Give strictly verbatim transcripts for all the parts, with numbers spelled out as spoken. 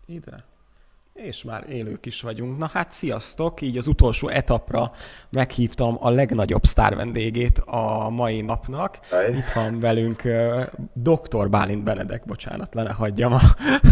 Ide. És már élők is vagyunk. Na hát sziasztok! Így az utolsó etapra meghívtam a legnagyobb sztár vendégét a mai napnak. Aj, Itt van velünk uh, doktor Bálint Benedek, bocsánat, le ne hagyjam a,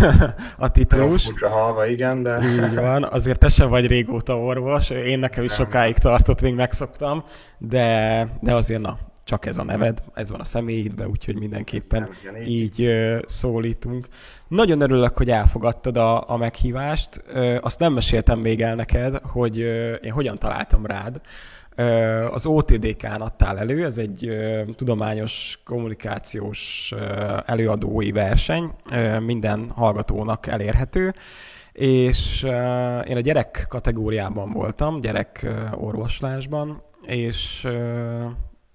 a nagyon titulust. furcsa halva, igen, de Így van, azért te sem vagy régóta orvos, én nekem is nem. sokáig tartott, még megszoktam, de, de azért na, csak ez a neved, ez van a személyidben, úgyhogy mindenképpen Nem, igen, így. így ö, szólítunk. Nagyon örülök, hogy elfogadtad a, a meghívást. Ö, azt nem meséltem még el neked, hogy ö, én hogyan találtam rád. Ö, az o té dé ká-n adtál elő, ez egy ö, tudományos kommunikációs ö, előadói verseny, ö, minden hallgatónak elérhető, és uh, én a gyerek kategóriában voltam, gyerek uh, orvoslásban, és uh,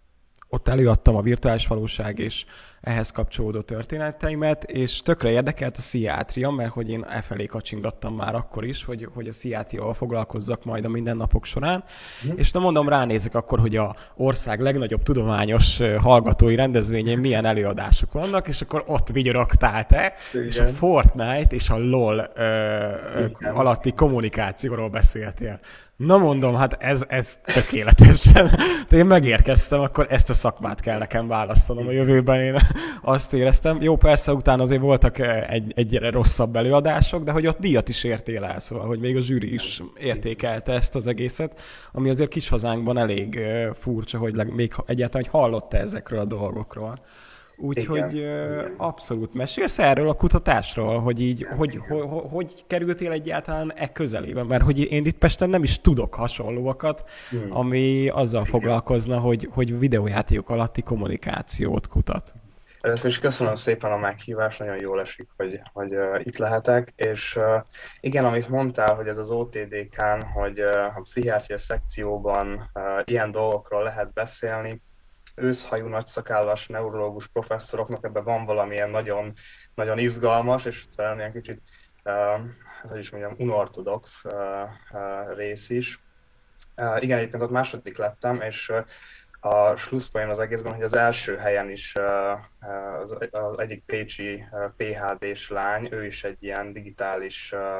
ott előadtam a virtuális valóság és ehhez kapcsolódó történeteimet, és tökre érdekelt a pszichiátria, mert hogy én e felé kacsingattam már akkor is, hogy, hogy a pszichiátriával foglalkozzak majd a mindennapok során, Hm? és na mondom, ránézek akkor, hogy a ország legnagyobb tudományos ö, hallgatói rendezvényén milyen előadások vannak, és akkor ott vigyorogtál te, és a Igen, Fortnite és a LOL ö, ö, igen. alatti kommunikációról beszéltél. Na mondom, hát ez, ez tökéletesen. De én megérkeztem, akkor ezt a szakmát kell nekem választanom a jövőben, én azt éreztem. Jó, persze utána azért voltak egy, egyre rosszabb előadások, de hogy ott díjat is értél el, szóval, hogy még a zsűri is értékelte ezt az egészet, ami azért kis hazánkban elég ö, furcsa, hogy leg, még egyáltalán, hogy hallotta ezekről a dolgokról. Igen, Úgyhogy ö, igen, abszolút mesélsz erről a kutatásról, hogy így, igen, hogy, igen. hogy, hogy kerültél egyáltalán e közelében, mert hogy én itt Pesten nem is tudok hasonlóakat, Hm, ami azzal igen. foglalkozna, hogy, hogy videójátékok alatti kommunikációt kutat. Először is köszönöm szépen a meghívást, nagyon jól esik, hogy, hogy uh, itt lehetek, és uh, igen, amit mondtál, hogy ez az o té dé ká-n, hogy uh, a pszichiátria szekcióban uh, ilyen dolgokról lehet beszélni, őszhajú, nagyszakállas neurológus professzoroknak ebben van valamilyen nagyon, nagyon izgalmas, és szerintem ilyen kicsit, uh, hát, hogy is mondjam, unorthodox uh, uh, rész is. Uh, igen, egyébként ott második lettem, és uh, a slusszpoén az egészben, hogy az első helyen is uh, uh, az, az egyik pécsi uh, pé há dés lány, ő is egy ilyen digitális uh,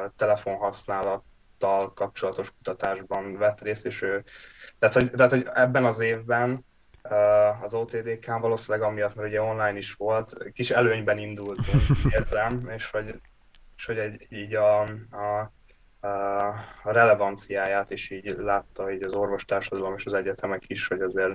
telefonhasználattal kapcsolatos kutatásban vett részt, és ő, tehát hogy, tehát, hogy ebben az évben uh, az o té dé ká-n valószínűleg amiatt, mert ugye online is volt, kis előnyben indultunk, érzem, és hogy, és hogy egy, így a, a a relevanciáját is így látta így az orvostársadalom és az egyetemek is, hogy azért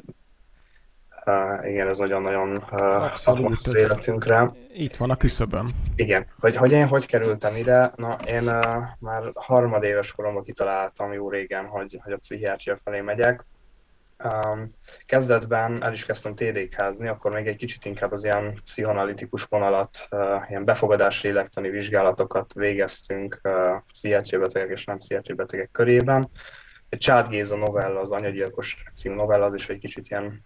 uh, igen, ez nagyon-nagyon uh, hasznos Abszolút, az ez életünkre. itt van a küszöbön. Igen, hogy, hogy én hogy kerültem ide? Na, én uh, már harmadéves koromban kitaláltam jó régen, hogy, hogy a pszichiátria felé megyek. Um, kezdetben el is kezdtem té dé ká-zni, akkor még egy kicsit inkább az ilyen pszichoanalitikus vonalat, uh, ilyen befogadási lélektani vizsgálatokat végeztünk uh, pszichiátriai betegek és nem pszichiátriai betegek körében. Egy Csád Géza novella, az Anyagyilkos című novella, az is egy kicsit ilyen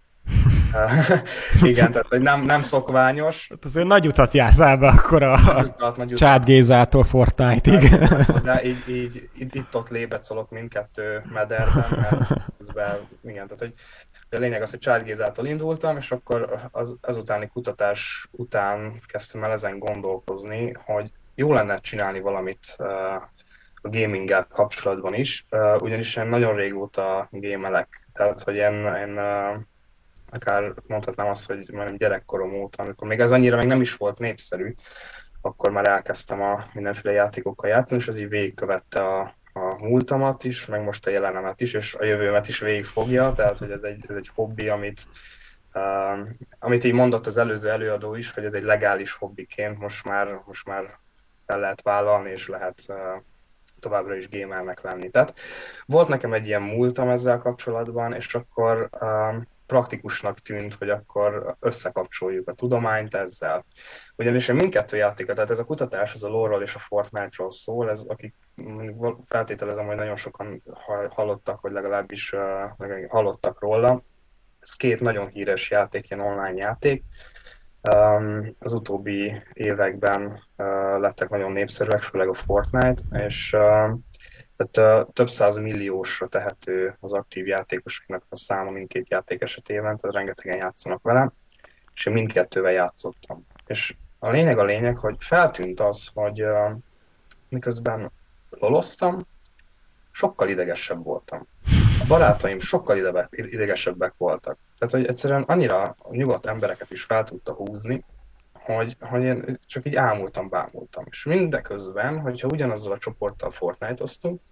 uh, igen, tehát hogy nem, nem szokványos. Hát azért nagy utat jártál be akkor a, Nagy a utat, nagy Csád utat, Gézától Fortnite-ig. de így, így itt, itt-ott lébecolok mindkettő mederben, mert közben, igen, tehát hogy de a lényeg az, hogy Csád Gézától indultam, és akkor az, azutáni kutatás után kezdtem el ezen gondolkozni, hogy jó lenne csinálni valamit uh, a gaminggel kapcsolatban is, uh, ugyanis én nagyon régóta gémelek, tehát hogy én, én uh, akár mondhatnám azt, hogy már gyerekkorom óta, amikor még ez annyira még nem is volt népszerű, akkor már elkezdtem a mindenféle játékokkal játszani, és ez így végigkövette a, a múltamat is, meg most a jelenemet is, és a jövőmet is végigfogja, tehát hogy ez egy, ez egy hobbi, amit, uh, amit így mondott az előző előadó is, hogy ez egy legális hobbiként most már, most már fel lehet vállalni, és lehet uh, továbbra is gamernek lenni. Tehát volt nekem egy ilyen múltam ezzel kapcsolatban, és akkor uh, praktikusnak tűnt, hogy akkor összekapcsoljuk a tudományt ezzel. Ugyanis én mindkettő játéka, tehát ez a kutatás, ez a lore-ról és a Fortnite-ról szól, ez akik feltételezem, hogy nagyon sokan hallottak, vagy legalábbis uh, hallottak róla. Ez két nagyon híres játék, ilyen online játék. Um, az utóbbi években uh, lettek nagyon népszerűek, főleg a Fortnite, és uh, tehát uh, több száz milliósra tehető az aktív játékosoknak a száma mindkét játék esetében, tehát rengetegen játszanak vele, és én mindkettővel játszottam. És a lényeg a lényeg, hogy feltűnt az, hogy uh, miközben loloztam, sokkal idegesebb voltam. A barátaim sokkal ide- idegesebbek voltak. Tehát, hogy egyszerűen annyira a nyugodt embereket is fel tudta húzni, hogy, hogy én csak így ámultam, bámultam. És mindeközben, hogyha ugyanazzal a csoporttal Fortnite-oztunk,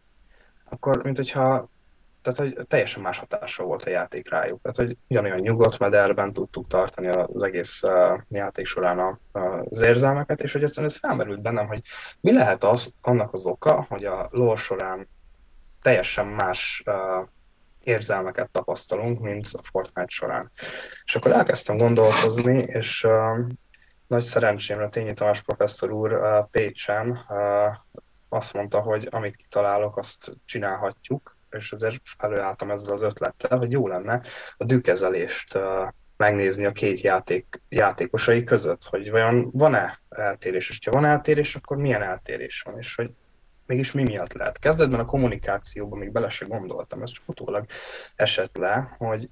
akkor, mint hogyha tehát, hogy teljesen más hatással volt a játék rájuk. Tehát, hogy ugyanolyan nyugodt mederben tudtuk tartani az egész uh, játék során a, az érzelmeket, és hogy egyszerűen ez felmerült bennem, hogy mi lehet az, annak az oka, hogy a lore során teljesen más uh, érzelmeket tapasztalunk, mint a Fortnite során. És akkor elkezdtem gondolkozni, és uh, nagy szerencsémre Tényi Tamás professzor úr uh, Pécsen uh, azt mondta, hogy amit kitalálok, azt csinálhatjuk, és ezért előálltam ezzel az ötlettel, hogy jó lenne a dűkezelést uh, megnézni a két játék, játékosai között, hogy vajon van-e eltérés, és ha van eltérés, akkor milyen eltérés van, és hogy mégis mi miatt lehet. Kezdetben a kommunikációban még bele se gondoltam, ez csak utólag esett le, hogy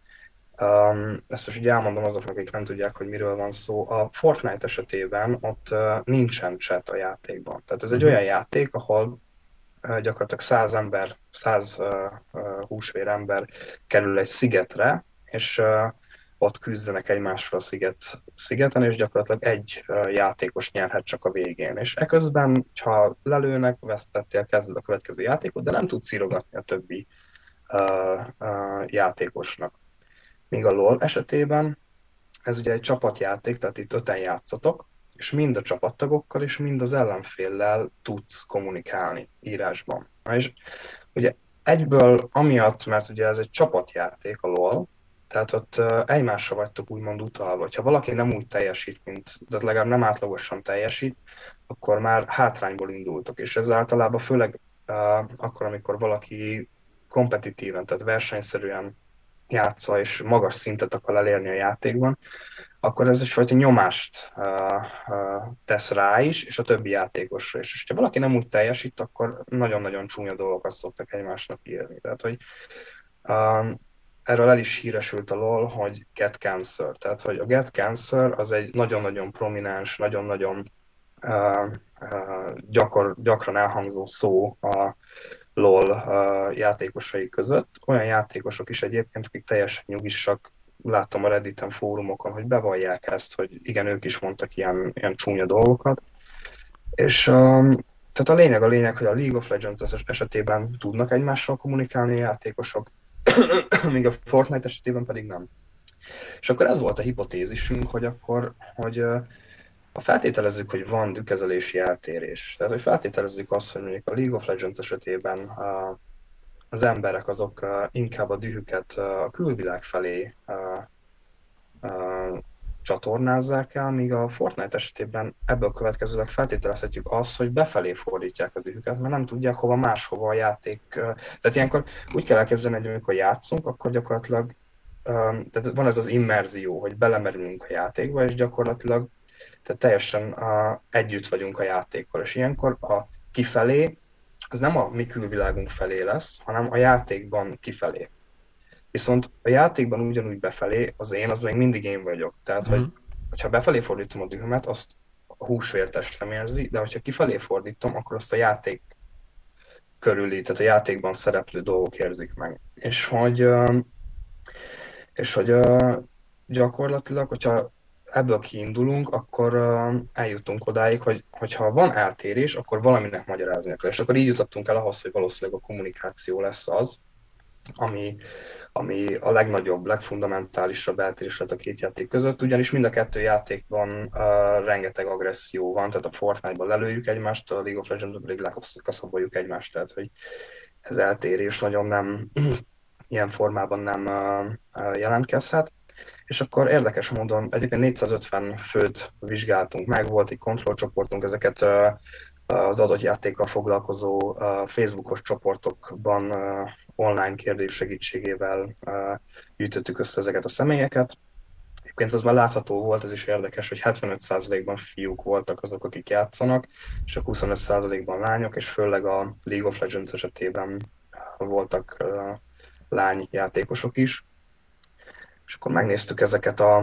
um, ezt most így elmondom azoknak, akik nem tudják, hogy miről van szó. A Fortnite esetében ott uh, nincsen chat a játékban. Tehát ez egy olyan játék, ahol uh, gyakorlatilag száz ember, száz uh, uh, húsvér ember kerül egy szigetre, és uh, ott küzdenek egymással a sziget, szigeten, és gyakorlatilag egy uh, játékos nyerhet csak a végén. És eközben, ha lelőnek, vesztettél, kezded a következő játékot, de nem tudsz írogatni a többi uh, uh, játékosnak. Míg a LoL esetében ez ugye egy csapatjáték, tehát itt öten játszatok, és mind a csapattagokkal, és mind az ellenféllel tudsz kommunikálni írásban. És ugye egyből amiatt, mert ugye ez egy csapatjáték a LoL, tehát ott egymásra vagytok úgymond utalva. Ha valaki nem úgy teljesít, mint, de legalább nem átlagosan teljesít, akkor már hátrányból indultok. És ez általában főleg uh, akkor, amikor valaki kompetitíven, tehát versenyszerűen játsza és magas szintet akar elérni a játékban, akkor ez egyfajta nyomást uh, uh, tesz rá is, és a többi játékosra is. És ha valaki nem úgy teljesít, akkor nagyon-nagyon csúnya dolgokat szoktak egymásnak írni. Tehát, hogy um, erről el is híresült a LoL, hogy Get Cancer. Tehát, hogy a Get Cancer az egy nagyon-nagyon prominens, nagyon-nagyon uh, uh, gyakor, gyakran elhangzó szó a LoL uh, játékosai között. Olyan játékosok is egyébként, akik teljesen nyugisak, láttam a Redditen fórumokon, hogy bevallják ezt, hogy igen, ők is mondtak ilyen, ilyen csúnya dolgokat. És um, tehát a lényeg a lényeg, hogy a League of Legends esetében tudnak egymással kommunikálni a játékosok, míg a Fortnite esetében pedig nem. És akkor ez volt a hipotézisünk, hogy akkor, hogy uh, ha feltételezzük, hogy van dűkezelési eltérés, tehát hogy feltételezzük azt, hogy mondjuk a League of Legends esetében uh, az emberek azok uh, inkább a dühüket uh, a külvilág felé uh, uh, csatornázzák el, míg a Fortnite esetében ebből következőleg feltételezhetjük azt, hogy befelé fordítják a dühüket, mert nem tudják hova máshova a játék. Uh, tehát ilyenkor úgy kell elképzelni, hogy amikor játszunk, akkor gyakorlatilag um, tehát van ez az immerzió, hogy belemerülünk a játékba, és gyakorlatilag tehát teljesen uh, együtt vagyunk a játékkal, és ilyenkor a kifelé, az nem a mi külvilágunk felé lesz, hanem a játékban kifelé. Viszont a játékban ugyanúgy befelé, az én, az még mindig én vagyok. Tehát, mm. hogy, hogyha befelé fordítom a dühömet, azt a húsvértestem érzi, de hogyha kifelé fordítom, akkor azt a játék körüli, tehát a játékban szereplő dolgok érzik meg. És hogy, uh, és hogy uh, gyakorlatilag, hogyha ebből kiindulunk, akkor uh, eljutunk odáig, hogy hogyha van eltérés, akkor valaminek magyarázni kell. És akkor így jutottunk el ahhoz, hogy valószínűleg a kommunikáció lesz az, ami, ami a legnagyobb, legfundamentálisabb eltérés lett a két játék között, ugyanis mind a kettő játékban uh, rengeteg agresszió van, tehát a Fortnite-ban lelőjük egymást, a League of Legends-ben pedig lekaszaboljuk egymást, tehát hogy ez eltérés nagyon nem, ilyen formában nem uh, jelentkezhet. És akkor érdekes módon egyébként négyszázötven főt vizsgáltunk meg, volt egy kontrollcsoportunk, ezeket az adott játékkal foglalkozó Facebookos csoportokban online kérdés segítségével gyűjtöttük össze ezeket a személyeket. Egyébként az már látható volt, ez is érdekes, hogy hetvenöt százalékban fiúk voltak azok, akik játszanak, és a huszonöt százalékban lányok, és főleg a League of Legends esetében voltak lányjátékosok is. És akkor megnéztük ezeket a,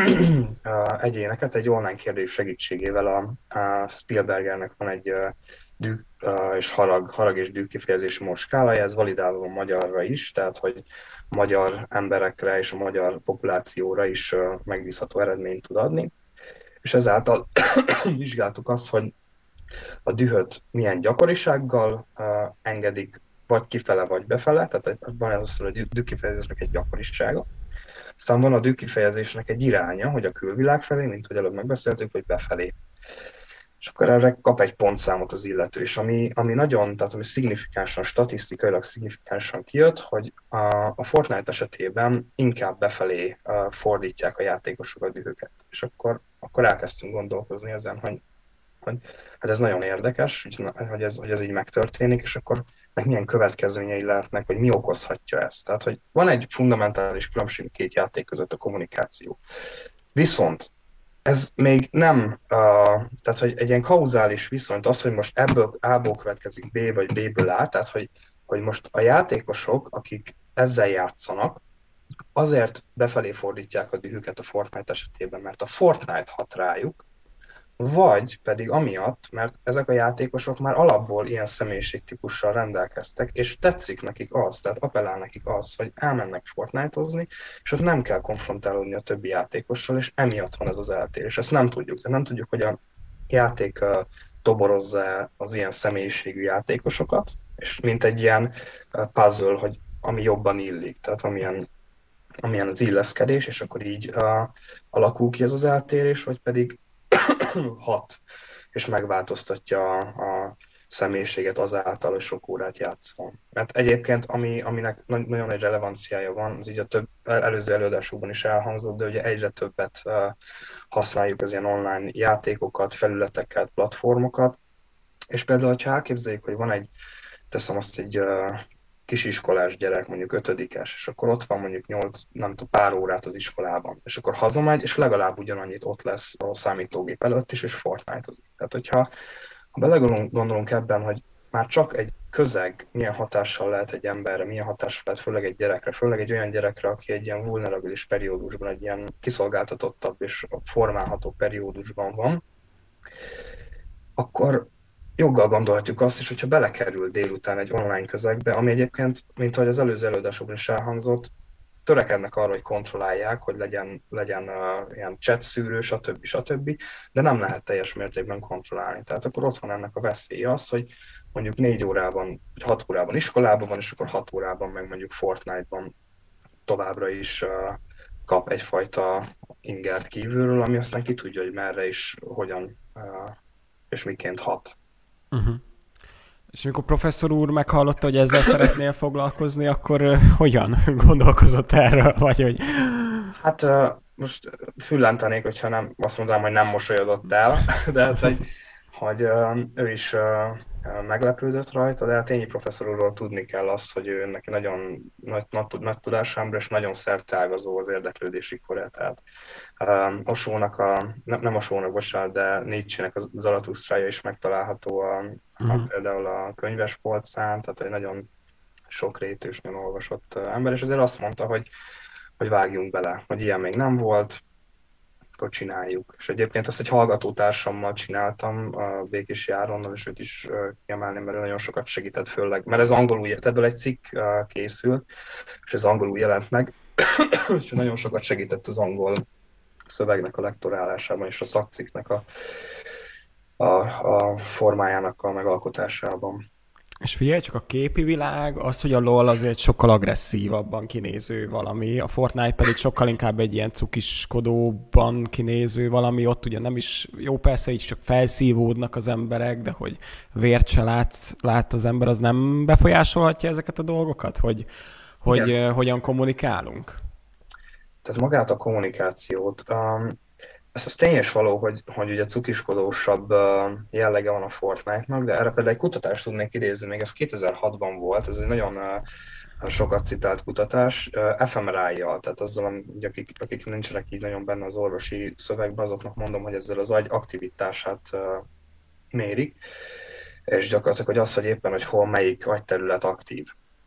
a egyéneket egy online kérdés segítségével. A, a Spielbergernek van egy uh, dű uh, és harag, harag és dű kifejezési mód skálája, ez validálva van magyarra is, tehát hogy a magyar emberekre és a magyar populációra is uh, megbízható eredményt tud adni. És ezáltal vizsgáltuk azt, hogy a dühöt milyen gyakorisággal uh, engedik, vagy kifele, vagy befele, tehát van ez az, hogy a dühkifejezésnek egy gyakorisága. Aztán van a dühkifejezésnek egy iránya, hogy a külvilág felé, mint hogy előbb megbeszéltük, vagy befelé. És akkor erre kap egy pontszámot az illető, és ami, ami nagyon, tehát ami szignifikánsan, statisztikailag szignifikánsan kijött, hogy a, a Fortnite esetében inkább befelé uh, fordítják a játékosok a dühöket. És akkor, akkor elkezdtünk gondolkozni ezen, hogy, hogy hát ez nagyon érdekes, hogy ez, hogy ez így megtörténik, és akkor meg milyen következményei lehetnek, hogy mi okozhatja ezt. Tehát, hogy van egy fundamentális különbség két játék között, a kommunikáció. Viszont ez még nem, uh, tehát hogy egy ilyen kauzális viszonyt, az, hogy most ebből A-ból következik B, vagy B-ből A, tehát hogy, hogy most a játékosok, akik ezzel játszanak, azért befelé fordítják a dühüket a Fortnite esetében, mert a Fortnite hat rájuk, vagy pedig amiatt, mert ezek a játékosok már alapból ilyen személyiségtípussal rendelkeztek, és tetszik nekik az, tehát appellál nekik az, hogy elmennek Fortnite-ozni, és ott nem kell konfrontálódni a többi játékossal, és emiatt van ez az eltérés. Ezt nem tudjuk. De nem tudjuk, hogy a játék uh, toborozza az ilyen személyiségű játékosokat, és mint egy ilyen uh, puzzle, hogy ami jobban illik, tehát amilyen, amilyen az illeszkedés, és akkor így uh, alakul ki ez az eltérés, vagy pedig hat, és megváltoztatja a, a személyiséget azáltal, hogy sok órát játszom. Mert egyébként, ami, aminek nagyon nagy relevanciája van, az így a több előző előadásokban is elhangzott, de ugye egyre többet uh, használjuk az ilyen online játékokat, felületeket, platformokat, és például, ha elképzeljük, hogy van egy, teszem azt egy uh, kisiskolás gyerek, mondjuk ötödikes, és akkor ott van mondjuk nyolc, nem tudom, pár órát az iskolában, és akkor hazamegy, és legalább ugyanannyit ott lesz a számítógép előtt is, és Fortnite-ozik. Tehát, hogyha ha belegondolunk gondolunk ebben, hogy már csak egy közeg milyen hatással lehet egy emberre, milyen hatással lehet főleg egy gyerekre, főleg egy olyan gyerekre, aki egy ilyen vulnerabilis periódusban, egy ilyen kiszolgáltatottabb és formálható periódusban van, akkor joggal gondolhatjuk azt is, hogyha belekerül délután egy online közegbe, ami egyébként, mint ahogy az előző előadásokban is elhangzott, törekednek arra, hogy kontrollálják, hogy legyen, legyen uh, ilyen chat szűrő, stb. stb., de nem lehet teljes mértékben kontrollálni. Tehát akkor ott van ennek a veszélye az, hogy mondjuk négy órában, vagy hat órában iskolában van, és akkor hat órában meg mondjuk Fortnite-ban továbbra is uh, kap egyfajta ingert kívülről, ami aztán ki tudja, hogy merre is, hogyan uh, és miként hat. Uh-huh. És amikor professzor úr meghallotta, hogy ezzel szeretnél foglalkozni, akkor uh, hogyan gondolkozott erről? Vagy hogy... Hát uh, most füllentenék, hogyha nem, azt mondanám, hogy nem mosolyodott el, de hát, hogy, hogy uh, ő is uh, meglepődött rajta, de hát Tényi professzor úrról tudni kell azt, hogy ő neki nagyon nagy, nagy, nagy tudásámra és nagyon szerteágazó az érdeklődési korá. Tehát uh, Osónak a, nem, nem Osónak, bocsánat, de Nietzsének az Zaratusztrája is megtalálható a, uh-huh. a, például a könyvespolcán, tehát egy nagyon sokrétű és nagyon olvasott ember, és ezért azt mondta, hogy, hogy vágjunk bele, hogy ilyen még nem volt, akkor csináljuk. És egyébként ezt egy hallgatótársammal csináltam, a Békés Járonnal, és őt is kiemelném, mert ő nagyon sokat segített, főleg, mert ez angolul, ebből egy cikk készült, és ez angolul jelent meg, és nagyon sokat segített az angol szövegnek a lektorálásában, és a szakcikknek a, a, a formájának a megalkotásában. És figyelj, csak a képi világ, az, hogy a LoL azért sokkal agresszívabban kinéző valami, a Fortnite pedig sokkal inkább egy ilyen cukiskodóban kinéző valami, ott ugye nem is, jó persze így csak felszívódnak az emberek, de hogy vért se látsz, lát az ember, az nem befolyásolhatja ezeket a dolgokat, hogy, hogy uh, hogyan kommunikálunk? Tehát magát a kommunikációt, um, ez az tény és való, hogy, hogy ugye cukiskodósabb jellege van a Fortnite-nak, de erre például egy kutatást tudnék idézni, még ez kétezer-hatban volt, ez egy nagyon sokat citált kutatás, ef em er i-jal, tehát azzal, akik, akik nincsenek így nagyon benne az orvosi szövegben, azoknak mondom, hogy ezzel az agy aktivitását mérik, és gyakorlatilag hogy az, hogy éppen, hogy hol melyik agyterület aktív.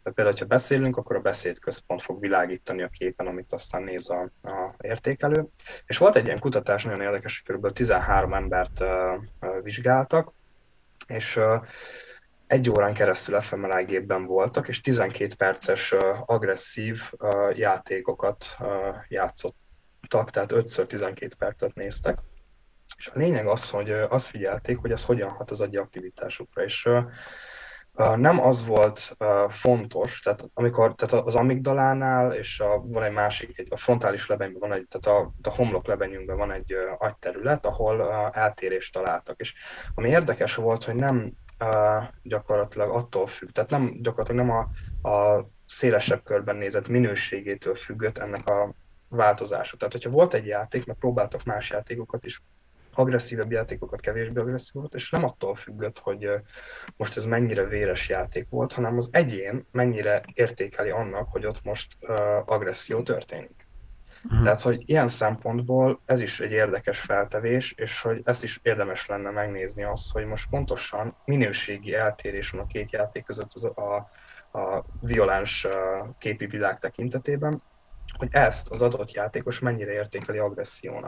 Tehát például, ha beszélünk, akkor a beszédközpont fog világítani a képen, amit aztán néz a, a értékelő. És volt egy ilyen kutatás, nagyon érdekes, hogy kb. tizenhárom embert uh, uh, vizsgáltak, és uh, egy órán keresztül ef em el i gépben voltak, és tizenkét perces uh, agresszív uh, játékokat uh, játszottak, tehát ötször tizenkét percet néztek. És a lényeg az, hogy uh, azt figyelték, hogy ez hogyan hat az agyi aktivitásukra. És uh, uh, nem az volt uh, fontos, tehát amikor tehát az amigdalánál, és a, van egy másik, egy, a frontális lebenyben van egy, tehát a, a homlok lebenyünkben van egy uh, agyterület, ahol uh, eltérést találtak. És ami érdekes volt, hogy nem Uh, gyakorlatilag attól függ, tehát nem, gyakorlatilag nem a, a szélesebb körben nézett minőségétől függött ennek a változása. Tehát, hogyha volt egy játék, mert próbáltak más játékokat is, agresszívebb játékokat, kevésbé agresszívot, és nem attól függött, hogy uh, most ez mennyire véres játék volt, hanem az egyén mennyire értékeli annak, hogy ott most uh, agresszió történik. Uh-huh. Tehát, hogy ilyen szempontból ez is egy érdekes feltevés, és hogy ezt is érdemes lenne megnézni azt, hogy most pontosan minőségi eltérés van a két játék között az a, a violens képi világ tekintetében, hogy ezt az adott játékos mennyire értékeli agressziónak.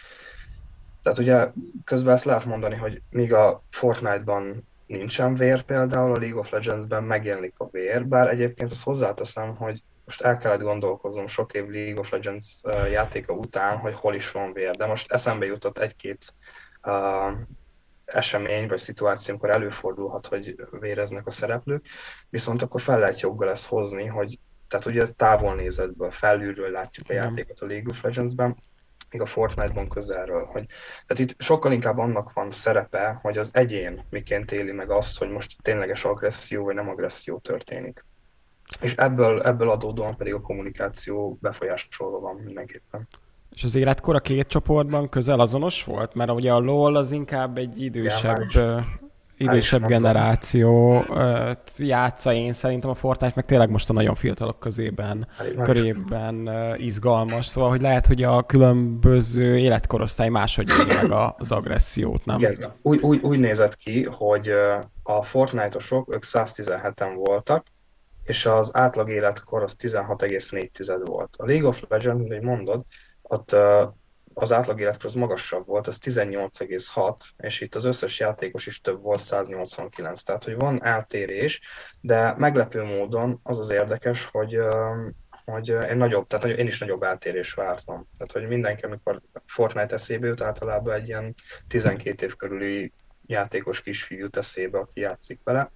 Tehát ugye közben ezt lehet mondani, hogy míg a Fortnite-ban nincsen vér például, a League of Legends-ben megjelenik a vér, bár egyébként azt hozzáteszem, hogy most el kellett gondolkoznom sok év League of Legends uh, játéka után, hogy hol is van vér, de most eszembe jutott egy-két uh, esemény vagy szituáció, amikor előfordulhat, hogy véreznek a szereplők, viszont akkor fel lehet joggal ezt hozni, hogy tehát ugye távolnézetből, felülről látjuk a játékot a League of Legends-ben, még a Fortnite-ban közelről. Hogy, tehát itt sokkal inkább annak van szerepe, hogy az egyén miként éli meg azt, hogy most tényleges agresszió vagy nem agresszió történik. És ebből, ebből adódóan pedig a kommunikáció befolyásolva van mindenképpen. És az életkor a két csoportban közel azonos volt? Mert ugye a LoL az inkább egy idősebb, ja, idősebb generáció játsza, én szerintem a Fortnite meg tényleg most a nagyon fiatalok közében, körében izgalmas, szóval hogy lehet, hogy a különböző életkorosztály máshogy éli meg az agressziót, nem? Igen, úgy, úgy, úgy nézett ki, hogy a Fortnite-osok, ők száztizenheten voltak, és az átlag életkor az tizenhat egész négy volt. A League of Legends, mint mondod, ott az átlag életkor az magasabb volt, az tizennyolc egész hat, és itt az összes játékos is több volt, száznyolcvankilenc. Tehát, hogy van eltérés, de meglepő módon az az érdekes, hogy, hogy én, nagyobb, tehát én is nagyobb eltérés vártam. Tehát, hogy mindenki, amikor Fortnite eszébe jut, általában egy ilyen tizenkét év körüli játékos kisfiú jut eszébe, aki játszik vele.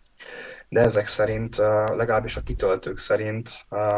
De ezek szerint, legalábbis a kitöltők szerint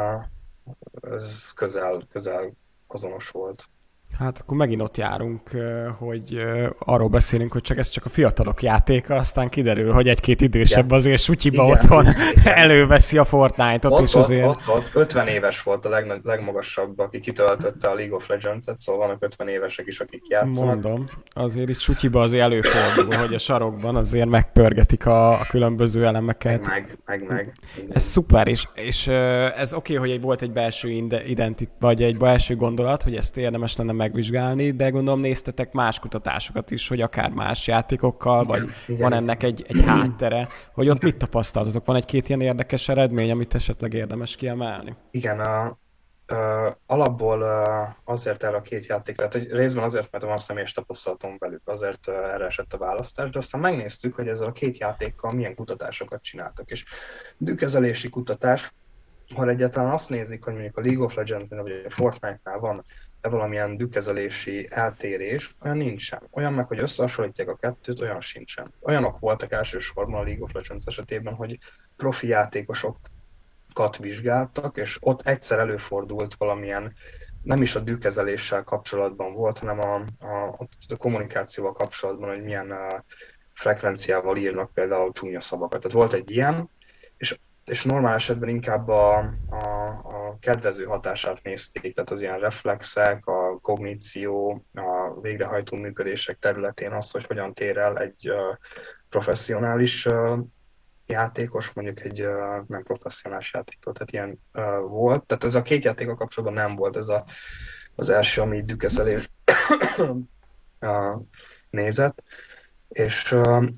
ez közel, közel azonos volt. Hát akkor megint ott járunk, hogy arról beszélünk, hogy csak ez csak a fiatalok játéka, aztán kiderül, hogy egy-két idősebb igen. azért sutyiba igen, otthon igen. előveszi a Fortnite-ot, ott, és azért... Ott, ott, ötven éves volt a leg, legmagasabb, aki kitöltötte a League of Legends-et, szóval vannak ötven évesek is, akik játszanak. Mondom, azért itt sutyiba azért előfordul, hogy a sarokban azért megpörgetik a, a különböző elemeket. Meg, meg, meg. meg. Ez szuper, és, és ez oké, okay, hogy egy, volt egy belső identit, vagy egy belső gondolat, hogy ezt érdemes lenne megvizsgálni, de gondolom néztetek más kutatásokat is, hogy akár más játékokkal, vagy igen, van igen. ennek egy, egy háttere, hogy ott mit tapasztaltatok? Van egy-két ilyen érdekes eredmény, amit esetleg érdemes kiemelni? Igen, a, a, alapból a, azért erre a két játékra, hogy részben azért, mert van személyes tapasztalatom velük, azért erre esett a választás, de aztán megnéztük, hogy ezzel a két játékkal milyen kutatásokat csináltak, és dűkezelési kutatás, ha egyáltalán azt nézik, hogy mondjuk a League of Legends-nél vagy a Fortnite-nál van de valamilyen dükkezelési eltérés, olyan nincsen. Olyan meg, hogy összehasonlítják a kettőt, olyan sincsen. Olyanok voltak elsősorban a League of Legends esetében, hogy profi játékosokat vizsgáltak, és ott egyszer előfordult valamilyen, nem is a dükkezeléssel kapcsolatban volt, hanem a, a, a kommunikációval kapcsolatban, hogy milyen a frekvenciával írnak például csúnya szavakat. Tehát volt egy ilyen, és és normál esetben inkább a, a, a kedvező hatását nézték, tehát az ilyen reflexek, a kogníció, a végrehajtó működések területén az, hogy hogyan tér el egy uh, professzionális uh, játékos, mondjuk egy uh, nem professzionális játéktól, tehát ilyen uh, volt. Tehát ez a két játékkal kapcsolatban nem volt ez a, az első, ami dükkezelés uh, nézett. És uh,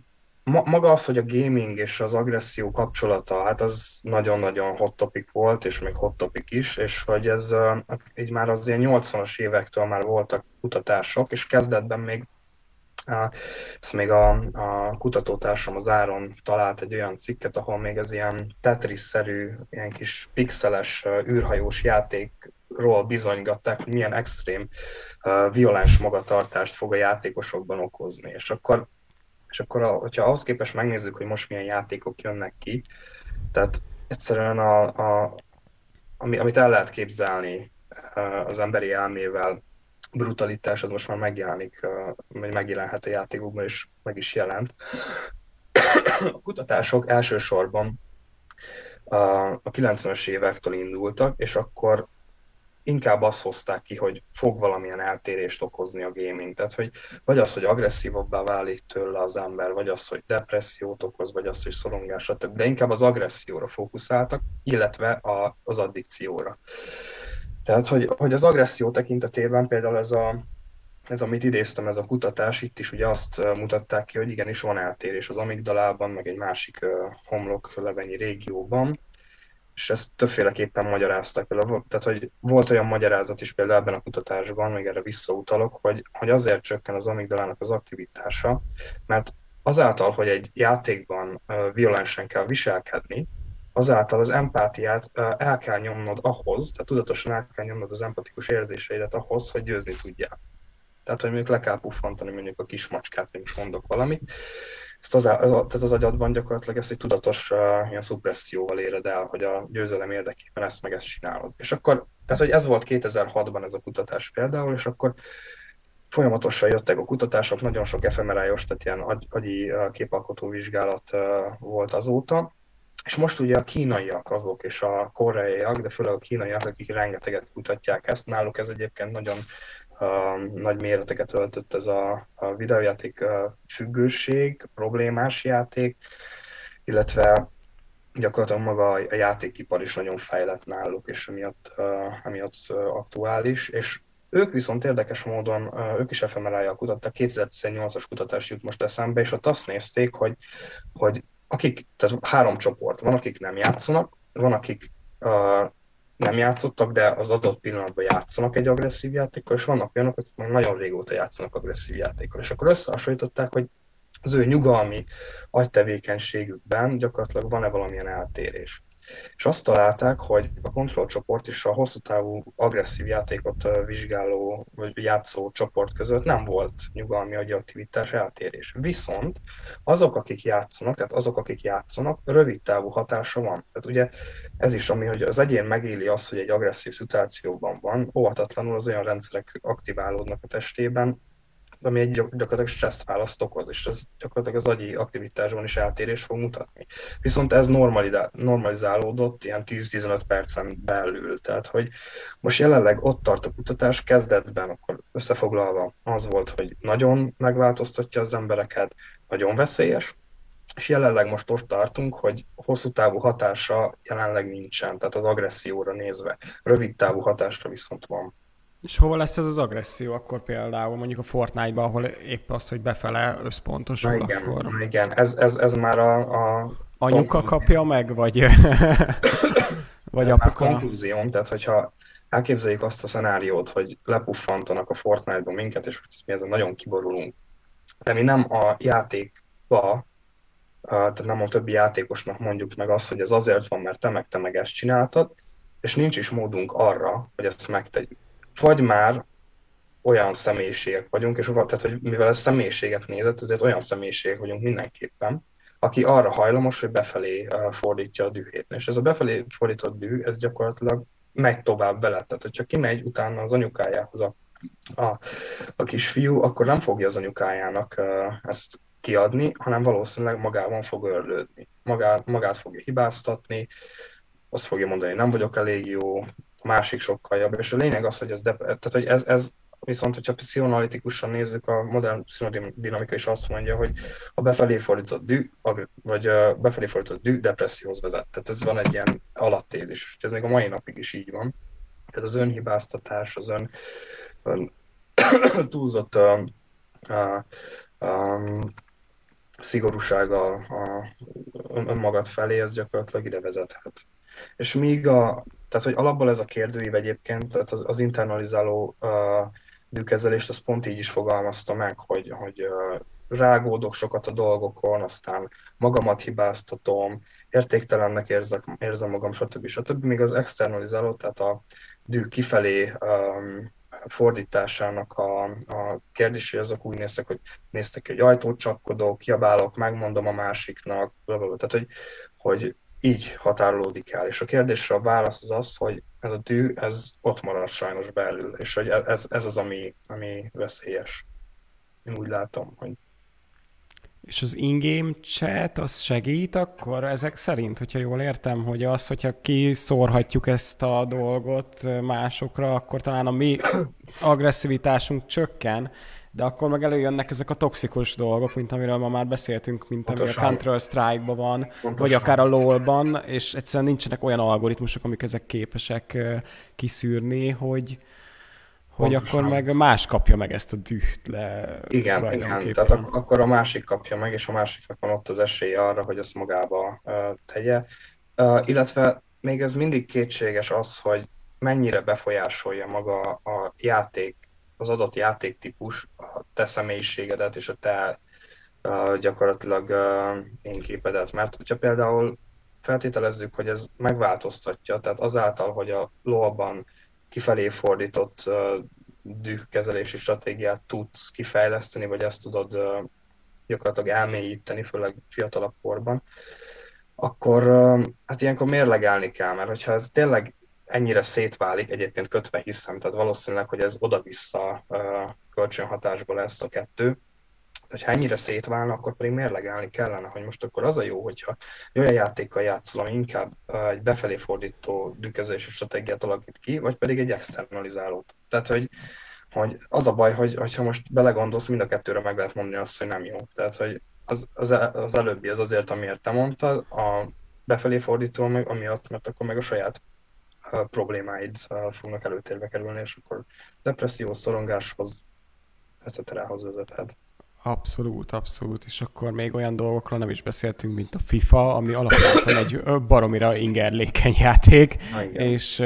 ma, maga az, hogy a gaming és az agresszió kapcsolata, hát az nagyon-nagyon hot topic volt, és még hot topic is, és hogy ez uh, így már az ilyen nyolcvanas évektől már voltak kutatások, és kezdetben még uh, ezt még a, a kutatótársam, az Áron talált egy olyan cikket, ahol még az ilyen Tetris-szerű, ilyen kis pixeles uh, űrhajós játékról bizonygatták, hogy milyen extrém, uh, violens magatartást fog a játékosokban okozni. És akkor és akkor, a, hogyha ahhoz képest megnézzük, hogy most milyen játékok jönnek ki, tehát egyszerűen a, a, ami, amit el lehet képzelni az emberi elmével, brutalitás, az most már megjelenik, vagy megjelenhet a játékokban, és meg is jelent. A kutatások elsősorban a, a kilencvenes évektől indultak, és akkor inkább azt hozták ki, hogy fog valamilyen eltérést okozni a gaming. Tehát, hogy vagy az, hogy agresszívabbá válik tőle az ember, vagy az, hogy depressziót okoz, vagy az, hogy szorongás, stb. De inkább az agresszióra fókuszáltak, illetve a, az addikcióra. Tehát, hogy, hogy az agresszió tekintetében például ez, a, ez, amit idéztem, ez a kutatás, itt is ugye azt mutatták ki, hogy igenis van eltérés az amigdalában, meg egy másik homloklevenyi régióban, és ezt többféleképpen magyarázták. Tehát, hogy volt olyan magyarázat is például ebben a kutatásban, még erre visszautalok, hogy, hogy azért csökken az amigdalának az aktivitása, mert azáltal, hogy egy játékban uh, violensen kell viselkedni, azáltal az empátiát uh, el kell nyomnod ahhoz, tehát tudatosan el kell nyomnod az empatikus érzéseidet ahhoz, hogy győzni tudjál. Tehát, hogy mondjuk le kell puffantani mondjuk a kis macskát, hogy most mondok valamit. Ezt az, az, tehát az agyadban gyakorlatilag ezt egy tudatos uh, ilyen szupresszióval éred el, hogy a győzelem érdekében ezt meg ezt csinálod. És akkor, tehát hogy ez volt kétezer-hatban ez a kutatás például, és akkor folyamatosan jöttek a kutatások, nagyon sok ef em er i-os, tehát ilyen agy, agyi uh, képalkotó vizsgálat uh, volt azóta, és most ugye a kínaiak azok, és a koreaiak, de főleg a kínaiak, akik rengeteget kutatják ezt, náluk ez egyébként nagyon uh, nagy méreteket öltött ez a, a videójáték uh, függőség, problémás játék, illetve gyakorlatilag maga a játékipar is nagyon fejlett náluk, és emiatt, uh, emiatt uh, aktuális, és ők viszont érdekes módon, uh, ők is ef em er i-jal kutattak, kétezer-tizennyolcas kutatás jut most eszembe, és ott azt nézték, hogy, hogy akik, tehát három csoport, van, akik nem játszanak, van, akik uh, nem játszottak, de az adott pillanatban játszanak egy agresszív játékkal, és vannak olyanok, akik már nagyon régóta játszanak agresszív játékkal. És akkor összehasonlították, hogy az ő nyugalmi agytevékenységükben gyakorlatilag van-e valamilyen eltérés. És azt találták, hogy a kontrollcsoport és a hosszú távú agresszív játékot vizsgáló vagy játszó csoport között nem volt nyugalmi agyi aktivitás eltérés. Viszont azok, akik játszanak, tehát azok, akik játszanak, rövid távú hatása van. Tehát ugye ez is, ami, hogy az egyén megéli azt, hogy egy agresszív szituációban van, óvatatlanul az olyan rendszerek aktiválódnak a testében, ami egy gyakorlatilag stresszválaszt okoz, és ez gyakorlatilag az agyi aktivitásban is eltérés fog mutatni. Viszont ez normalizálódott ilyen tíz-tizenöt percen belül, tehát hogy most jelenleg ott tart a kutatás, kezdetben akkor összefoglalva az volt, hogy nagyon megváltoztatja az embereket, nagyon veszélyes, és jelenleg most ott tartunk, hogy hosszú távú hatása jelenleg nincsen, tehát az agresszióra nézve. Rövid távú hatásra viszont van. És hova lesz ez az agresszió akkor például, mondjuk a Fortnite-ban, ahol épp az, hogy befele összpontosul, na igen, akkor... na igen, ez, ez, ez már a... a anyuka konklúzió. Kapja meg, vagy, vagy ez apuka? Már konklúzióm, tehát hogyha elképzeljük azt a szenáriót, hogy lepuffantanak a Fortnite-ban minket, és mi ezen nagyon kiborulunk, de mi nem a játékba, tehát nem a többi játékosnak mondjuk meg azt, hogy ez azért van, mert te meg te meg ezt csináltad, és nincs is módunk arra, hogy ezt megtegyük. Vagy már olyan személyiségek vagyunk, és tehát, hogy mivel ez személyiséget nézett, ezért olyan személyiségek vagyunk mindenképpen, aki arra hajlamos, hogy befelé fordítja a dühét. És ez a befelé fordított düh, ez gyakorlatilag megy tovább vele. Tehát, hogyha kimegy utána az anyukájához a, a, a kisfiú, akkor nem fogja az anyukájának ezt kiadni, hanem valószínűleg magában fog örlődni. Magát, magát fogja hibáztatni, azt fogja mondani, hogy nem vagyok elég jó, a másik sokkal jobb. És a lényeg az, hogy ez, de, tehát, hogy ez, ez viszont, hogyha pszichoanalitikusan nézzük, a modern pszichodinamika is azt mondja, hogy a befelé fordított dű, vagy a befelé fordított dű depresszióhoz vezet. Tehát ez van egy ilyen alaptézis. Ez még a mai napig is így van. Tehát az önhibáztatás, az ön, ön túlzott uh, uh, um, szigorúsága a önmagad felé, ez gyakorlatilag ide vezethet. És míg a, tehát hogy alapból ez a kérdőív egyébként, tehát az, az internalizáló uh, dűkezelést, azt pont így is fogalmazta meg, hogy, hogy uh, rágódok sokat a dolgokon, aztán magamat hibáztatom, értéktelennek érzek, érzem magam, stb. stb. Míg az externalizáló, tehát a dű kifelé um, fordításának a, a kérdései azok úgy néztek, hogy néztek, hogy ajtót csapkodok, kiabálok, megmondom a másiknak, blablabla. Tehát, hogy, hogy így határolódik el. És a kérdésre a válasz az az, hogy ez a dű, ez ott marad sajnos belül, és hogy ez, ez az, ami, ami veszélyes. Én úgy látom, hogy... És az in-game chat, az segít akkor ezek szerint, hogyha jól értem, hogy az, hogyha kiszórhatjuk ezt a dolgot másokra, akkor talán a mi agresszivitásunk csökken, de akkor meg előjönnek ezek a toxikus dolgok, mint amiről ma már beszéltünk, mint ami a Counter-Strike-ban van, Pontosan. vagy akár a LoL-ban, és egyszerűen nincsenek olyan algoritmusok, amik ezek képesek kiszűrni, hogy, hogy akkor meg más kapja meg ezt a düht le. Igen, igen. Tehát ak- akkor a másik kapja meg, és a másiknak van ott az esélye arra, hogy ezt magába uh, tegye. Uh, illetve még ez mindig kétséges az, hogy mennyire befolyásolja maga a játék, az adott játéktípus a te személyiségedet és a te uh, gyakorlatilag uh, én képedet. Mert hogyha például feltételezzük, hogy ez megváltoztatja, tehát azáltal, hogy a LoL-ban kifelé fordított uh, dühkezelési stratégiát tudsz kifejleszteni, vagy ezt tudod uh, gyakorlatilag elmélyíteni, főleg fiatalabb korban, akkor uh, hát ilyenkor mérlegelni kell, mert hogyha ez tényleg ennyire szétválik, egyébként kötve hiszem, tehát valószínűleg, hogy ez oda-vissza uh, kölcsönhatásból lesz a kettő, hogyha ennyire szétválna, akkor pedig mérlegelni kellene, hogy most akkor az a jó, hogyha olyan játékkal játszol, ami inkább uh, egy befelé fordító dühkezelési stratégiát alakít ki, vagy pedig egy externalizálót. Tehát, hogy, hogy az a baj, hogy, hogyha most belegondolsz, mind a kettőre meg lehet mondani azt, hogy nem jó. Tehát, hogy az, az, az előbbi az azért, amiért te mondtad, a befelé fordító meg amiatt, mert akkor meg a saját uh, problémáid uh, fognak előtérbe kerülni, és akkor depresszió, szorongáshoz, et cetera-hoz vezethet. Abszolút, abszolút, és akkor még olyan dolgokról nem is beszéltünk, mint a FIFA, ami alapvetően egy baromira ingerlékeny játék, és,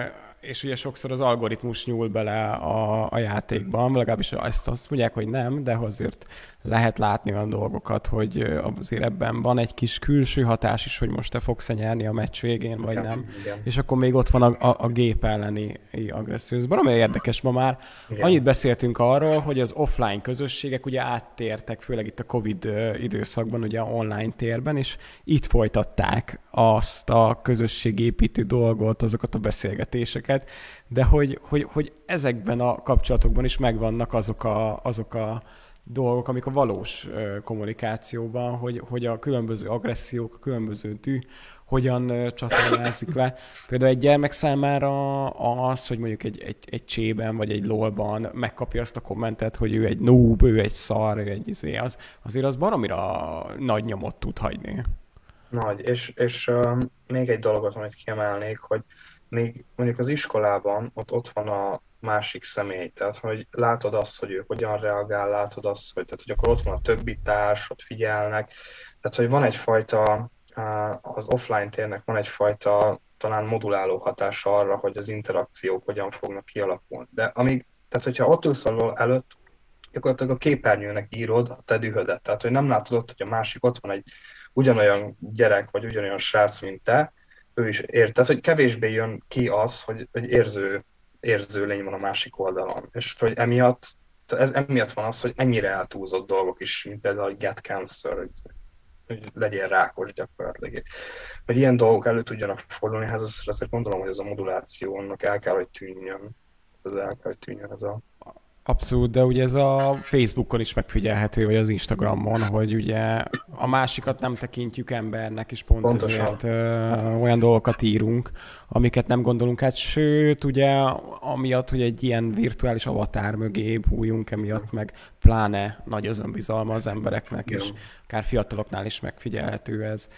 és ugye sokszor az algoritmus nyúl bele a, a játékban, legalábbis azt, azt mondják, hogy nem, de azért lehet látni olyan dolgokat, hogy azért ebben van egy kis külső hatás is, hogy most te fogsz nyerni a meccs végén, vagy nem. Igen. És akkor még ott van a, a, a gép elleni agresszió. Ez valami érdekes ma már. Igen. Annyit beszéltünk arról, hogy az offline közösségek ugye áttértek, főleg itt a Covid időszakban, ugye online térben, és itt folytatták azt a közösségépítő dolgot, azokat a beszélgetéseket, de hogy, hogy, hogy ezekben a kapcsolatokban is megvannak azok a, azok a dolgok, amik a valós kommunikációban, hogy, hogy a különböző agressziók, a különböző tű hogyan csatornázik le. Például egy gyermek számára az, hogy mondjuk egy, egy, egy csében vagy egy lolban megkapja azt a kommentet, hogy ő egy noob, ő egy szar, ő egy izé, az, azért az baromira nagy nyomot tud hagyni. Nagy, és, és uh, még egy dolgot, amit kiemelnék, hogy még mondjuk az iskolában ott, ott van a másik személy, tehát hogy látod azt, hogy ő hogyan reagál, látod azt, hogy, tehát, hogy akkor ott van a többi társ, ott figyelnek, tehát hogy van egyfajta, az offline térnek van egyfajta talán moduláló hatása arra, hogy az interakciók hogyan fognak kialakulni. De amíg, tehát hogyha ott ülsz előtt, gyakorlatilag a képernyőnek írod a te dühödet, tehát hogy nem látod ott, hogy a másik ott van egy ugyanolyan gyerek, vagy ugyanolyan srác, mint te, ő is ért. Tehát, hogy kevésbé jön ki az, hogy egy érző, érző lény van a másik oldalon. És hogy emiatt, ez emiatt van az, hogy ennyire eltúlzott dolgok is, mint például a get cancer, hogy, hogy legyél rákos gyakorlatilag. Hogy ilyen dolgok elő tudjanak fordulni, hát ezért gondolom, hogy ez a modulációnak el kell, hogy tűnjön. Ez el kell, hogy tűnjön ez a... Abszolút, de ugye ez a Facebookon is megfigyelhető, vagy az Instagramon, hogy ugye a másikat nem tekintjük embernek, és pont Pontosan. ezért ö, olyan dolgokat írunk, amiket nem gondolunk át, sőt, ugye amiatt, hogy egy ilyen virtuális avatár mögé bújunk, emiatt meg pláne nagy az önbizalma az embereknek, és akár fiataloknál is megfigyelhető ez.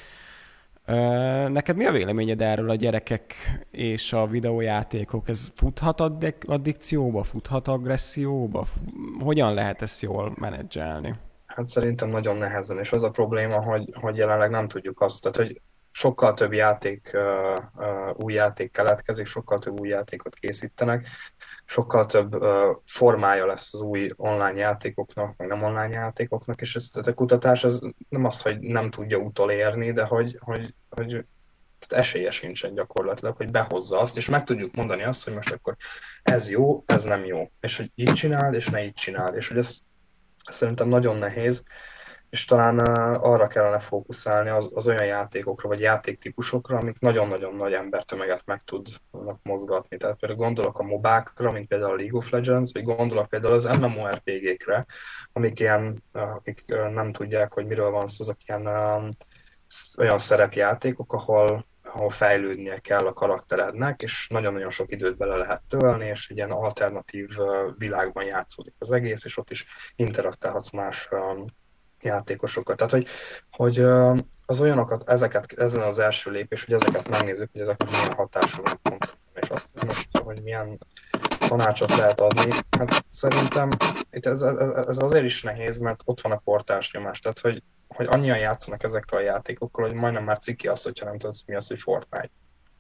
Neked mi a véleményed erről a gyerekek és a videójátékok? Ez futhat addikcióba, futhat agresszióba? Hogyan lehet ezt jól menedzselni? Hát szerintem nagyon nehezen, és az a probléma, hogy, hogy jelenleg nem tudjuk azt, tehát hogy sokkal több játék, uh, uh, új játék keletkezik, sokkal több új játékot készítenek, sokkal több uh, formája lesz az új online játékoknak, meg nem online játékoknak, és ez, tehát a kutatás az nem az, hogy nem tudja utolérni, de hogy, hogy, hogy tehát esélye sincsen gyakorlatilag, hogy behozza azt, és meg tudjuk mondani azt, hogy most akkor ez jó, ez nem jó, és hogy így csináld, és ne így csináld, és hogy ez szerintem nagyon nehéz, és talán arra kellene fókuszálni az, az olyan játékokra, vagy játéktípusokra, amik nagyon-nagyon nagy embertömeget meg tudnak mozgatni. Tehát például gondolok a mobákra, mint például a League of Legends, vagy gondolok például az MMORPG-kre, amik ilyen, akik nem tudják, hogy miről van szó, azok ilyen olyan szerepjátékok, ahol ahol fejlődnie kell a karakterednek, és nagyon-nagyon sok időt bele lehet tölni, és egy ilyen alternatív világban játszódik az egész, és ott is interaktálhatsz más játékosokat. Tehát, hogy, hogy az olyanokat, ezeket, ezen az első lépés, hogy ezeket megnézzük, hogy ezeknek milyen hatása van, és azt, hogy most, hogy milyen tanácsot lehet adni. Hát szerintem itt ez, ez azért is nehéz, mert ott van a kortárs nyomás. Tehát, hogy, hogy annyian játszanak ezekkel a játékokkal, hogy majdnem már ciki az, hogyha nem tudod, mi az, hogy Fortnite.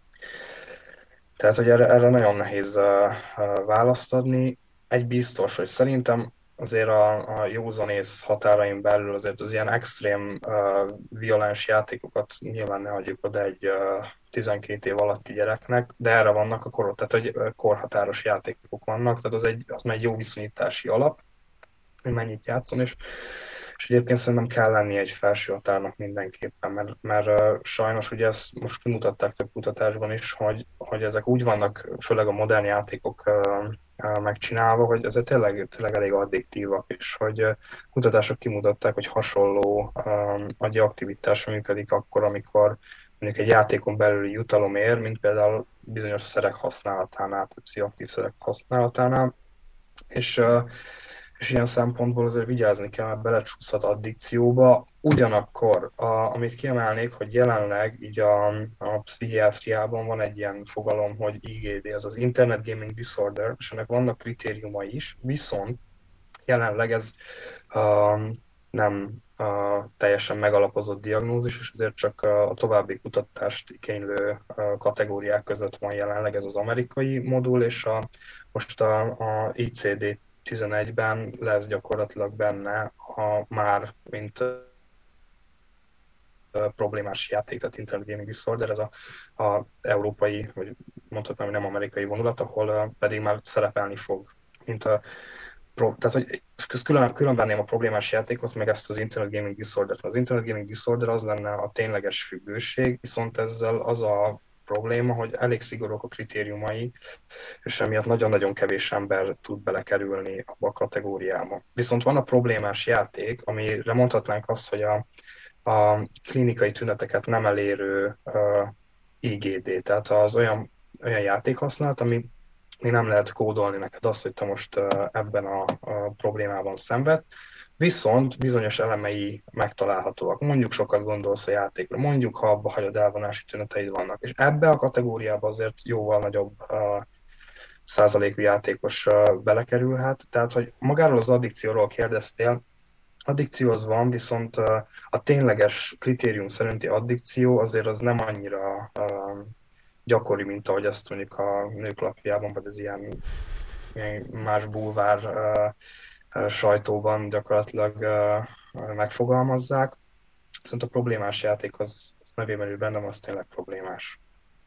Tehát, hogy erre, erre nagyon nehéz uh, uh, választ adni. Egy biztos, hogy szerintem azért a, a józanész határain belül azért az ilyen extrém uh, violens játékokat nyilván ne hagyjuk oda egy uh, tizenkét év alatti gyereknek, de erre vannak a korot, tehát hogy korhatáros játékok vannak, tehát az, egy, az már egy jó viszonyítási alap, hogy mennyit játszon, és, és egyébként szerintem kell lenni egy felső határnak mindenképpen, mert, mert uh, sajnos ugye ezt most kimutatták több kutatásban is, hogy, hogy ezek úgy vannak, főleg a modern játékok uh, megcsinálva, hogy ezek tényleg, tényleg elég addiktívak, és hogy kutatások kimutatták, hogy hasonló um, agyi aktivitás működik akkor, amikor mondjuk egy játékon belüli jutalom ér, mint például bizonyos szerek használatánál, tehát pszichoaktív szerek használatánál, és, uh, és ilyen szempontból azért vigyázni kell, mert belecsúszhat addikcióba. Ugyanakkor, a, amit kiemelnék, hogy jelenleg így a, a pszichiátriában van egy ilyen fogalom, hogy I G D, az az Internet Gaming Disorder, és ennek vannak kritériumai is, viszont jelenleg ez uh, nem uh, teljesen megalapozott diagnózis, és ezért csak a további kutatást igénylő uh, kategóriák között van jelenleg ez az amerikai modul, és a, most a, a I C D tizenegyben lesz gyakorlatilag benne a már, mint problémás játék, tehát Internet Gaming Disorder, ez a, a európai, vagy mondhatnám, hogy nem amerikai vonulat, ahol pedig már szerepelni fog, mint a tehát, hogy külön, külön venném a problémás játékot, meg ezt az Internet Gaming Disorder-t. Az Internet Gaming Disorder az lenne a tényleges függőség, viszont ezzel az a probléma, hogy elég szigorúak a kritériumai, és emiatt nagyon-nagyon kevés ember tud belekerülni abba a kategóriába. Viszont van a problémás játék, amire mondhatnánk azt, hogy a, a klinikai tüneteket nem elérő uh, I G D, tehát az olyan, olyan játékhasználat, ami még nem lehet kódolni neked azt, hogy te most uh, ebben a, a problémában szenved, viszont bizonyos elemei megtalálhatóak. Mondjuk sokat gondolsz a játékra, mondjuk ha abba hagyod, elvonási tüneteid vannak. És ebbe a kategóriába azért jóval nagyobb uh, százalékú játékos uh, belekerülhet. Tehát, hogy magáról az addikcióról kérdeztél, addikció az van, viszont uh, a tényleges kritérium szerinti addikció azért az nem annyira uh, gyakori, mint ahogy ezt mondjuk a Nőklapjában, vagy az ilyen, ilyen más bulvár uh, uh, sajtóban gyakorlatilag uh, megfogalmazzák. Viszont a problémás játék az, az nevében is bennem, az tényleg problémás.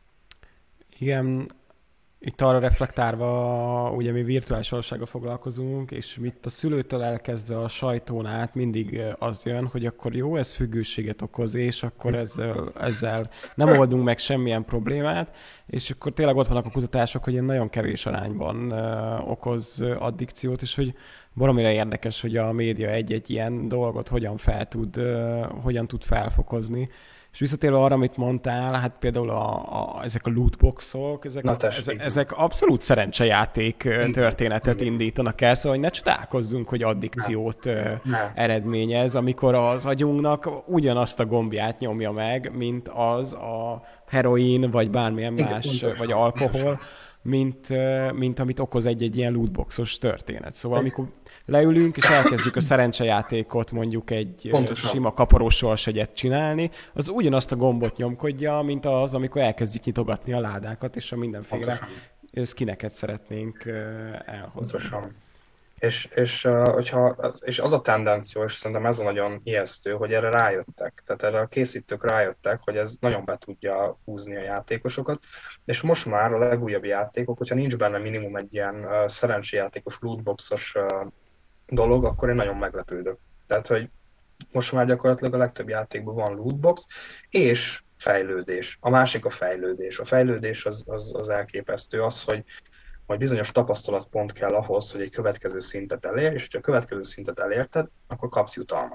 Igen, itt arra reflektálva, ugye mi virtuális valósággal foglalkozunk, és itt a szülőtől elkezdve a sajtón át mindig az jön, hogy akkor jó, ez függőséget okoz, és akkor ezzel, ezzel nem oldunk meg semmilyen problémát, és akkor tényleg ott vannak a kutatások, hogy ilyen nagyon kevés arányban okoz addikciót, és hogy baromira érdekes, hogy a média egy-egy ilyen dolgot hogyan fel tud, hogyan tud felfokozni. És visszatérve arra, amit mondtál, hát például a, a, ezek a lootboxok, ezek, Na, ezek, ezek abszolút szerencsejáték történetet indítanak el, szóval hogy ne csodálkozzunk, hogy addikciót ne. Ne. eredményez, amikor az agyunknak ugyanazt a gombját nyomja meg, mint az a heroin, vagy bármilyen más, Igen, vagy alkohol, mint, mint amit okoz egy-egy ilyen lootboxos történet. Szóval amikor leülünk és elkezdjük a szerencsejátékot mondjuk egy Pontosan. sima kaparós sorsegyet csinálni, az ugyanazt a gombot nyomkodja, mint az, amikor elkezdjük nyitogatni a ládákat, és a mindenféle Pontosan. skineket szeretnénk elhozni. Pontosan. És, és, hogyha, és az a tendencia, és szerintem ez a nagyon ijesztő, hogy erre rájöttek. Tehát erre a készítők rájöttek, hogy ez nagyon be tudja húzni a játékosokat, és most már a legújabb játékok, hogyha nincs benne minimum egy ilyen uh, szerencséjátékos lootboxos uh, dolog, akkor én nagyon meglepődök. Tehát, hogy most már gyakorlatilag a legtöbb játékban van lootbox, és fejlődés. A másik a fejlődés. A fejlődés az, az, az elképesztő, az, hogy hogy bizonyos tapasztalatpont kell ahhoz, hogy egy következő szintet elér, és hogyha a következő szintet elérted, akkor kapsz jutalmat.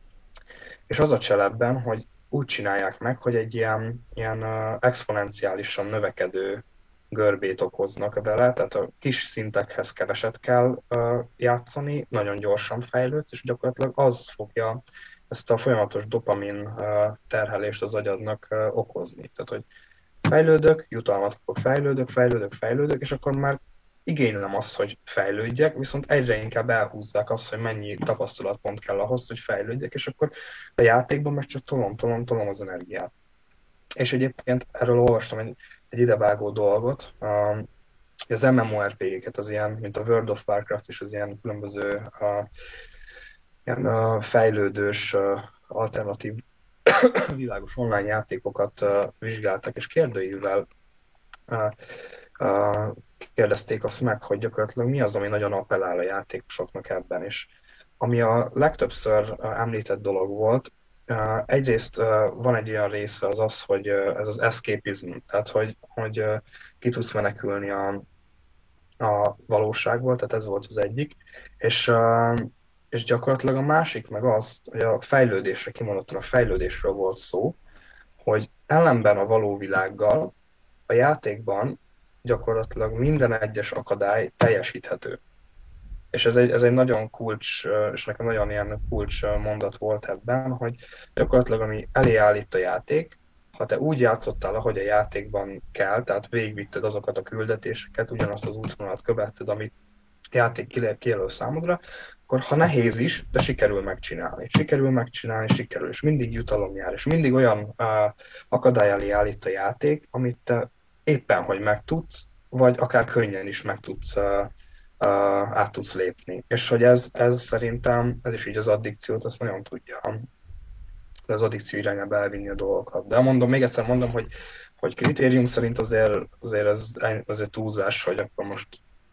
És az a cselebben, hogy úgy csinálják meg, hogy egy ilyen, ilyen exponenciálisan növekedő görbét okoznak vele, tehát a kis szintekhez keveset kell játszani, nagyon gyorsan fejlődsz, és gyakorlatilag az fogja ezt a folyamatos dopamin terhelést az agyadnak okozni. Tehát, hogy fejlődök, jutalmat kapok, fejlődök, fejlődök, fejlődök, és akkor már igénylem azt, hogy fejlődjek, viszont egyre inkább elhúzzák azt, hogy mennyi tapasztalatpont kell ahhoz, hogy fejlődjek, és akkor a játékban meg csak tolom, tolom, tolom az energiát. És egyébként erről olvastam egy, egy idevágó dolgot, um, az em em o er pé gé-ket, az ilyen, mint a World of Warcraft és az ilyen különböző uh, ilyen, uh, fejlődős, uh, alternatív világos online játékokat uh, vizsgáltak, és kérdőívvel uh, uh, kérdezték azt meg, hogy gyakorlatilag mi az, ami nagyon appellál a játékosoknak ebben. És ami a legtöbbször uh, említett dolog volt, uh, egyrészt uh, van egy olyan része az az, hogy uh, ez az escapism, tehát hogy, hogy uh, ki tudsz menekülni a, a valóságból, tehát ez volt az egyik. És uh, És gyakorlatilag a másik meg az, hogy a fejlődésre, kimondottan a fejlődésről volt szó, hogy ellenben a való világgal a játékban gyakorlatilag minden egyes akadály teljesíthető. És ez egy, ez egy nagyon kulcs, és nekem nagyon ilyen kulcs mondat volt ebben, hogy gyakorlatilag ami elé állít a játék, ha te úgy játszottál, ahogy a játékban kell, tehát végigvitted azokat a küldetéseket, ugyanazt az útvonalat követted, amit játék kijelöl számodra, akkor ha nehéz is, de sikerül megcsinálni. Sikerül megcsinálni, sikerül, és mindig jutalom jár, és mindig olyan uh, akadály elé állít a játék, amit te éppen, hogy megtudsz, vagy akár könnyen is meg tudsz, uh, uh, át tudsz lépni. És hogy ez, ez szerintem, ez is így az addikciót, azt nagyon tudja, az addikció irányába elvinni a dolgokat. De mondom, még egyszer mondom, hogy, hogy kritérium szerint azért, azért ez azért túlzás, hogy akkor most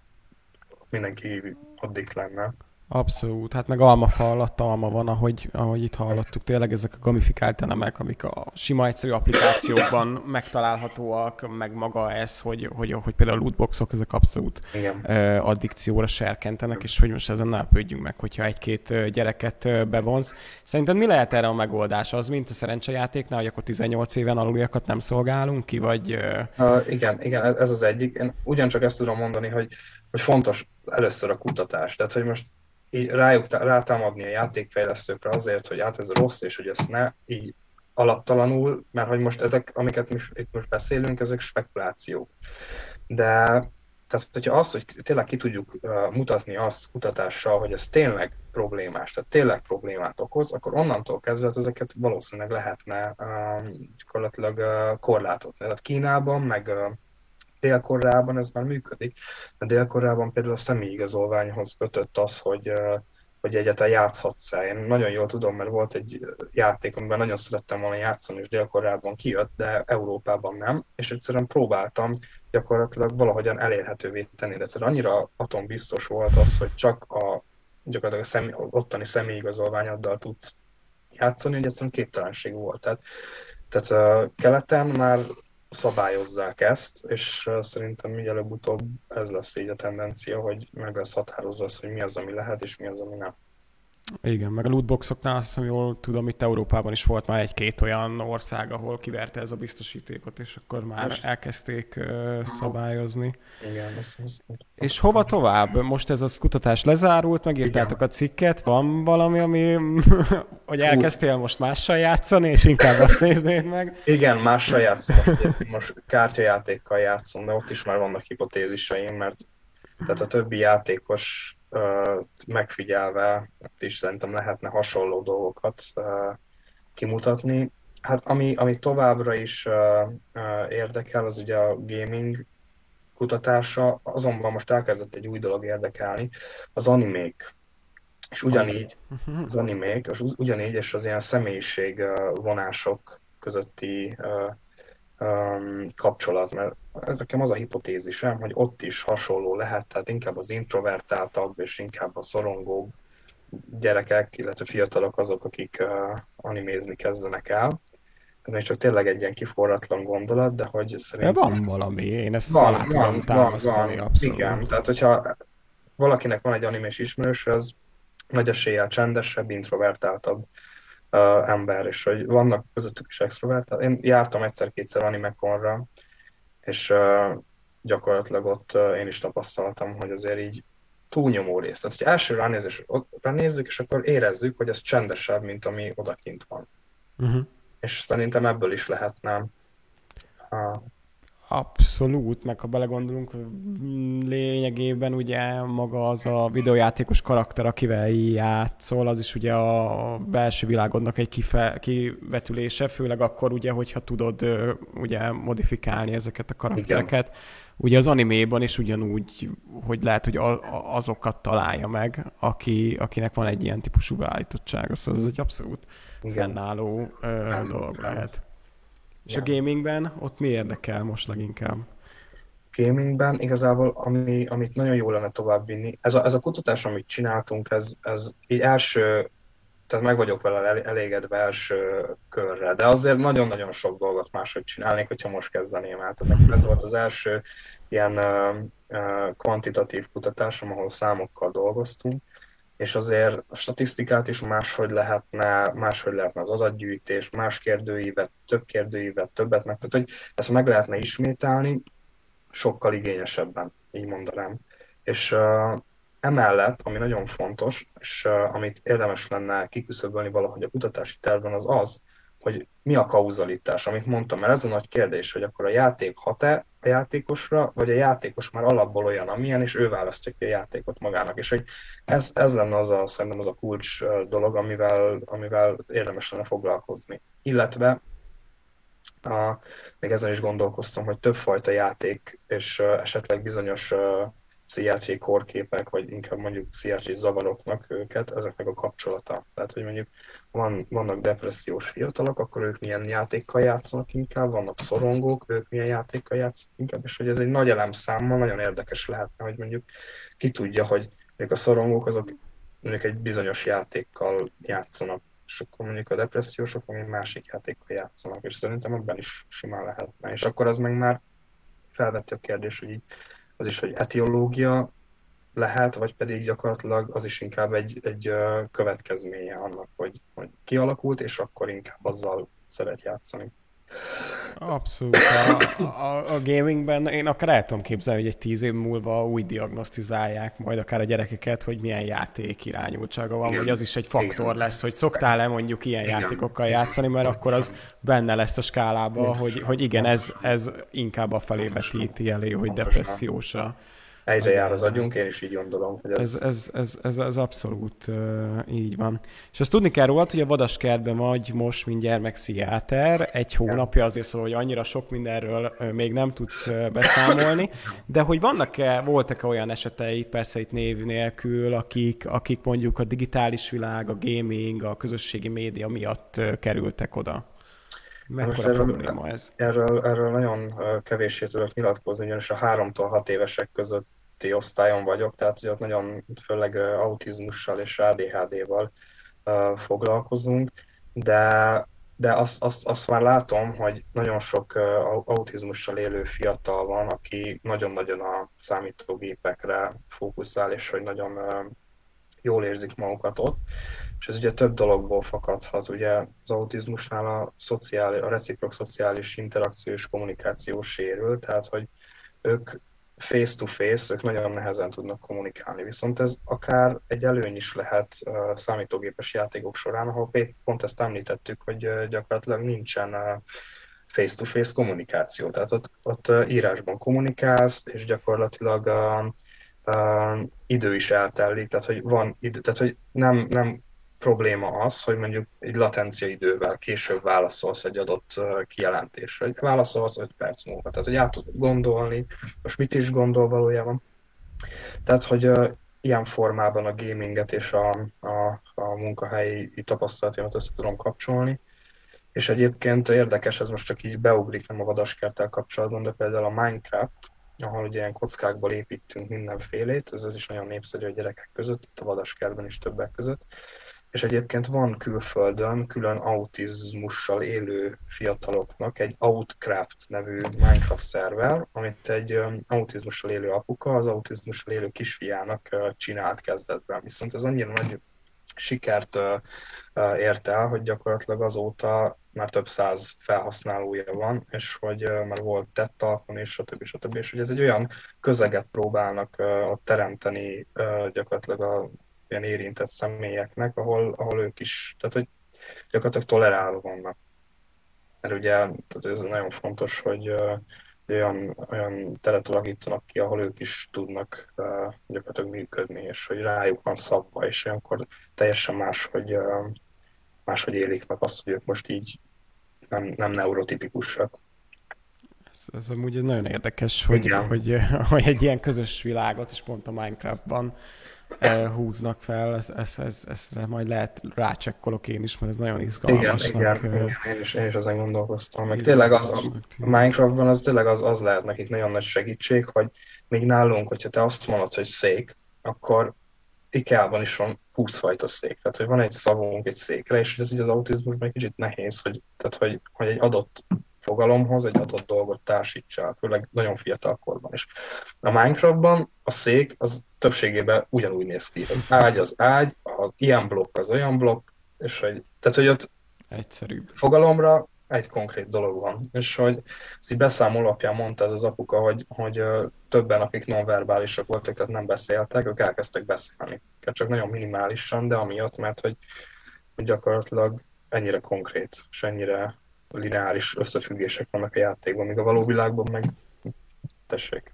mindenki addig lenne. Abszolút, hát meg almafa alatt alma van, ahogy, ahogy itt hallottuk, tényleg ezek a gamifikált elemek, amik a sima egyszerű applikációkban megtalálhatóak, meg maga ez, hogy, hogy, hogy például a lootboxok, ezek abszolút Igen. addikcióra serkentenek, és hogy most ezen ne lepődjünk meg, hogyha egy-két gyereket bevonz. Szerinted mi lehet erre a megoldás? Az, mint a szerencsejátéknál, hogy akkor tizennyolc éven aluliakat nem szolgálunk ki, vagy... Uh, igen, igen, ez az egyik. Én ugyancsak ezt tudom mondani, hogy, hogy fontos először a kutatás. Tehát, hogy most így rájuk, rátámadni a játékfejlesztőkre azért, hogy hát ez rossz, és hogy ezt ne így alaptalanul, mert hogy most ezek, amiket most, itt most beszélünk, ezek spekulációk. De tehát, hogyha azt, hogy tényleg ki tudjuk uh, mutatni azt kutatással, hogy ez tényleg problémás, tehát tényleg problémát okoz, akkor onnantól kezdve ezeket valószínűleg lehetne uh, gyakorlatilag uh, korlátozni. Tehát Kínában, meg uh, Dél-Koreában ez már működik. A Dél-Koreában például a személyigazolványhoz kötött az, hogy, hogy egyáltalán játszhatsz-e. Én nagyon jól tudom, mert volt egy játék, amiben nagyon szerettem volna játszani, és Dél-Koreában kijött, de Európában nem, és egyszerűen próbáltam gyakorlatilag valahogyan elérhetővé tenni. De egyszerűen annyira atombiztos volt az, hogy csak a gyakorlatilag a személy, ottani személyigazolványoddal tudsz játszani, hogy egyszerűen képtelenség volt. Tehát, tehát uh, keleten már szabályozzák ezt, és uh, szerintem így előbb-utóbb ez lesz így a tendencia, hogy meg lesz határozva az, hogy mi az, ami lehet, és mi az, ami nem. Igen, meg a lootboxoknál azt hiszem, jól tudom, itt Európában is volt már egy-két olyan ország, ahol kiverte ez a biztosítékot, és akkor már Most, elkezdték uh, szabályozni. igen, ezt, ezt, És hova tovább? Most ez a kutatás lezárult, megírtátok igen. a cikket, van valami, ami, hogy Fú, elkezdtél most mással játszani, és inkább azt néznéd meg? igen, mással játszom, most, most kártyajátékkal játszom, de ott is már vannak hipotéziseim, mert tehát a többi játékos uh, megfigyelve ott is szerintem lehetne hasonló dolgokat uh, kimutatni. Hát ami, ami továbbra is uh, uh, érdekel, az ugye a gaming kutatása, azonban most elkezdett egy új dolog érdekelni, az animék. És Anime. ugyanígy az animék, és ugyanígy, és az ilyen személyiség uh, vonások közötti uh, um, kapcsolat, mert ez nekem az a hipotézisem, hogy ott is hasonló lehet, tehát inkább az introvertáltabb és inkább a szorongóbb gyerekek, illetve fiatalok azok, akik uh, animézni kezdenek el. Ez még csak tényleg egy ilyen kiforratlan gondolat, de hogy De szerintem van valami, én ezt van, alá tudom van, támasztani, van, van, abszolút. igen. Tehát, hogyha valakinek van egy animés ismerős, az nagy eséllyel csendesebb, introvertáltabb uh, ember, és hogy vannak közöttük is extrovertált. Én jártam egyszer-kétszer animekonra, és uh, gyakorlatilag ott uh, én is tapasztaltam, hogy azért így túlnyomó részt. Tehát, hogy első ránézés, ránézzük, és akkor érezzük, hogy ez csendesebb, mint ami odakint van. Uh-huh. És szerintem ebből is lehetne. Uh, Abszolút, meg ha belegondolunk, lényegében ugye maga az a videójátékos karakter, akivel játszol, az is ugye a belső világodnak egy kife, kivetülése, főleg akkor ugye, hogyha tudod ugye modifikálni ezeket a karaktereket. Igen. Ugye az animéban is ugyanúgy, hogy lehet, hogy azokat találja meg, aki, akinek van egy ilyen típusú beállítottsága, szóval ez egy abszolút igen. fennálló ö, dolog lehet. És ja. a gamingben ott mi érdekel most leginkább? Gamingben igazából, ami, amit nagyon jó lenne továbbvinni, ez a, ez a kutatás, amit csináltunk, ez, ez így első, tehát meg vagyok vele elégedve első körre, de azért nagyon-nagyon sok dolgot máshogy csinálnék, hogyha most kezdeném el. Tehát ez volt az első ilyen uh, uh, kvantitatív kutatásom, ahol számokkal dolgoztunk, és azért a statisztikát is máshogy lehetne, máshogy lehetne az adatgyűjtés, más kérdőívet, több kérdőívet, többet meg, tehát hogy ezt meg lehetne ismételni, sokkal igényesebben, így mondanám. És uh, emellett, ami nagyon fontos, és uh, amit érdemes lenne kiküszöbölni valahogy a kutatási tervben, az az, hogy mi a kauzalitás, amit mondtam, mert ez a nagy kérdés, hogy akkor a játék hat-e a játékosra, vagy a játékos már alapból olyan, amilyen, és ő választja ki a játékot magának. És hogy ez, ez lenne az a, szerintem az a kulcs dolog, amivel, amivel érdemes lenne foglalkozni. Illetve a, még ezen is gondolkoztam, hogy többfajta játék, és uh, esetleg bizonyos uh, cé er té kórképek, vagy inkább mondjuk cé er té zavaroknak őket, ezeknek a kapcsolata. Tehát, hogy mondjuk van, vannak depressziós fiatalok, akkor ők milyen játékkal játszanak inkább, vannak szorongók, ők milyen játékkal játszanak inkább, és hogy ez egy nagy elemszámmal nagyon érdekes lehetne, hogy mondjuk ki tudja, hogy mondjuk a szorongók azok mondjuk egy bizonyos játékkal játszanak, és akkor mondjuk a depressziósok egy másik játékkal játszanak, és szerintem ebben is simán lehetne. És akkor az meg már felveti a kérdés, hogy így az is, hogy etiológia lehet, vagy pedig gyakorlatilag az is inkább egy, egy következménye annak, hogy, hogy kialakult, és akkor inkább azzal szeret játszani. Abszolút. A, a, a gamingben én akár el tudom képzelni, hogy egy tíz év múlva úgy diagnosztizálják majd akár a gyerekeket, hogy milyen játék irányultsága van, igen. Vagy az is egy faktor igen. lesz, hogy szoktál-e mondjuk ilyen igen. játékokkal játszani, mert akkor az benne lesz a skálában, hogy, hogy igen, ez, ez inkább a felé vetíti elé, hogy depressziós a Egyre jár az agyunk, én is így gondolom, hogy ez... Ez, ez, ez, ez, ez abszolút uh, így van. És azt tudni kell róla, hogy a Vadaskertben vagy most, mint gyermekpszichiáter, egy hónapja azért szól, hogy annyira sok mindenről uh, még nem tudsz uh, beszámolni, de hogy vannak-e, voltak-e olyan esetei, persze itt név nélkül, akik, akik mondjuk a digitális világ, a gaming, a közösségi média miatt uh, kerültek oda? Mekkora erről, probléma ez? Erről, erről nagyon kevéssé tudok nyilatkozni, ugyanis a háromtól hat évesek közötti osztályon vagyok, tehát hogy ott nagyon főleg autizmussal és á dé há dé-val uh, foglalkozunk, de, de azt, azt, azt már látom, hogy nagyon sok uh, autizmussal élő fiatal van, aki nagyon-nagyon a számítógépekre fókuszál, és hogy nagyon uh, jól érzik magukat ott, és ez ugye több dologból fakadhat. Ugye az autizmusnál a, szociális, a reciprok szociális interakció és kommunikáció sérül, tehát hogy ők face-to-face, ők nagyon nehezen tudnak kommunikálni. Viszont ez akár egy előny is lehet uh, számítógépes játékok során, ahol pont ezt említettük, hogy uh, gyakorlatilag nincsen uh, face-to-face kommunikáció. Tehát ott, ott uh, írásban kommunikálsz, és gyakorlatilag uh, uh, idő is eltelik, tehát hogy van idő, tehát hogy nem, nem probléma az, hogy mondjuk egy latencia idővel később válaszolsz egy adott uh, kijelentésre. Egy válaszolsz öt perc múlva, tehát hogy át tudod gondolni, most mit is gondol valójában. Tehát, hogy uh, ilyen formában a gaminget és a, a, a munkahelyi tapasztalatomat össze tudom kapcsolni. És egyébként érdekes, ez most csak így beugrik, nem a vadaskerttel kapcsolatban, de például a Minecraft, ahol ugye ilyen kockákból építünk mindenfélét, ez, ez is nagyon népszerű a gyerekek között, itt a vadaskertben is többek között. És egyébként van külföldön külön autizmussal élő fiataloknak egy Outcraft nevű Minecraft szerver, amit egy um, autizmussal élő apuka az autizmussal élő kisfiának uh, csinált kezdetben. Viszont ez annyira nagy sikert uh, uh, ért el, hogy gyakorlatilag azóta már több száz felhasználója van, és hogy uh, már volt tettalkon, és stb. stb. És hogy ez egy olyan közeget próbálnak uh, teremteni uh, gyakorlatilag a ilyen érintett személyeknek, ahol, ahol ők is, tehát hogy gyakorlatilag tolerálva vannak. Mert ugye tehát ez nagyon fontos, hogy uh, olyan, olyan teret alakítanak ki, ahol ők is tudnak uh, gyakorlatilag működni, és hogy rájuk van szabva, és olyankor teljesen más, hogy uh, máshogy élik meg azt, hogy ők most így nem, nem neurotipikusak. Ez, ez amúgy nagyon érdekes, hogy, hogy, hogy egy ilyen közös világot, és pont a Minecraftban húznak fel, ezt, ezt, ezt, ezt majd lehet rácsekkolok én is, mert ez nagyon izgalmasnak. Igen, igen. Én, is, én is ezen gondolkoztam. Meg tényleg az, a Minecraftban az tényleg az, az lehet nekik nagyon nagy segítség, hogy még nálunk, hogyha te azt mondod, hogy szék, akkor IKEA-ban is van húsz fajta szék. Tehát, hogy van egy szavunk egy székre, és ez ugye az autizmusban egy kicsit nehéz, hogy, tehát, hogy, hogy egy adott fogalomhoz egy adott dolgot társítsál, főleg nagyon fiatal korban is. A Minecraftban a szék az többségében ugyanúgy néz ki. Az ágy az ágy, az ilyen blokk az olyan blokk, és hogy, tehát, hogy ott egyszerűbb fogalomra egy konkrét dolog van. És hogy ez így beszámoló alapján mondta ez az apuka, hogy, hogy többen, akik nonverbálisak voltak, tehát nem beszéltek, ők elkezdtek beszélni. Csak nagyon minimálisan, de amiatt, mert hogy, hogy gyakorlatilag ennyire konkrét, és ennyire lineáris összefüggések vannak a játékban, míg a való világban meg tessék.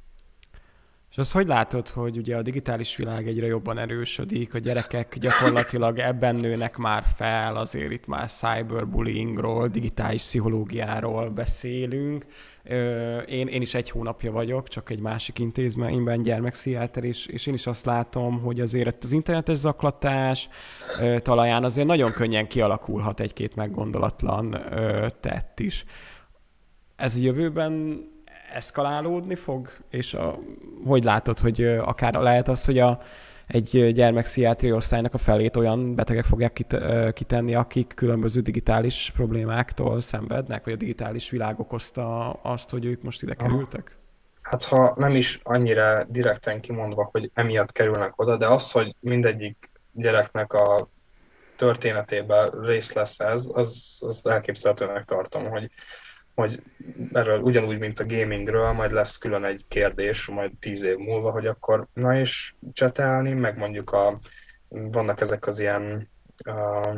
És azt hogy látod, hogy ugye a digitális világ egyre jobban erősödik, a gyerekek gyakorlatilag ebben nőnek már fel, azért itt már cyberbullyingról, digitális pszichológiáról beszélünk. Én, én is egy hónapja vagyok, csak egy másik intézményben gyermekpszichiáter, és, és én is azt látom, hogy azért az internetes zaklatás talaján azért nagyon könnyen kialakulhat egy-két meggondolatlan tett is. Ez a jövőben eszkalálódni fog? És a, hogy látod, hogy akár lehet az, hogy a, egy gyermekpszichiátriai osztálynak a felét olyan betegek fogják kit, kitenni, akik különböző digitális problémáktól szenvednek, vagy a digitális világ okozta azt, hogy ők most ide kerültek? Hát ha nem is annyira direkten kimondva, hogy emiatt kerülnek oda, de az, hogy mindegyik gyereknek a történetében rész lesz ez, az, az elképzelhetőnek tartom, hogy hogy erről ugyanúgy, mint a gamingről, majd lesz külön egy kérdés, majd tíz év múlva, hogy akkor na és csetelni, meg mondjuk a, vannak ezek az ilyen uh,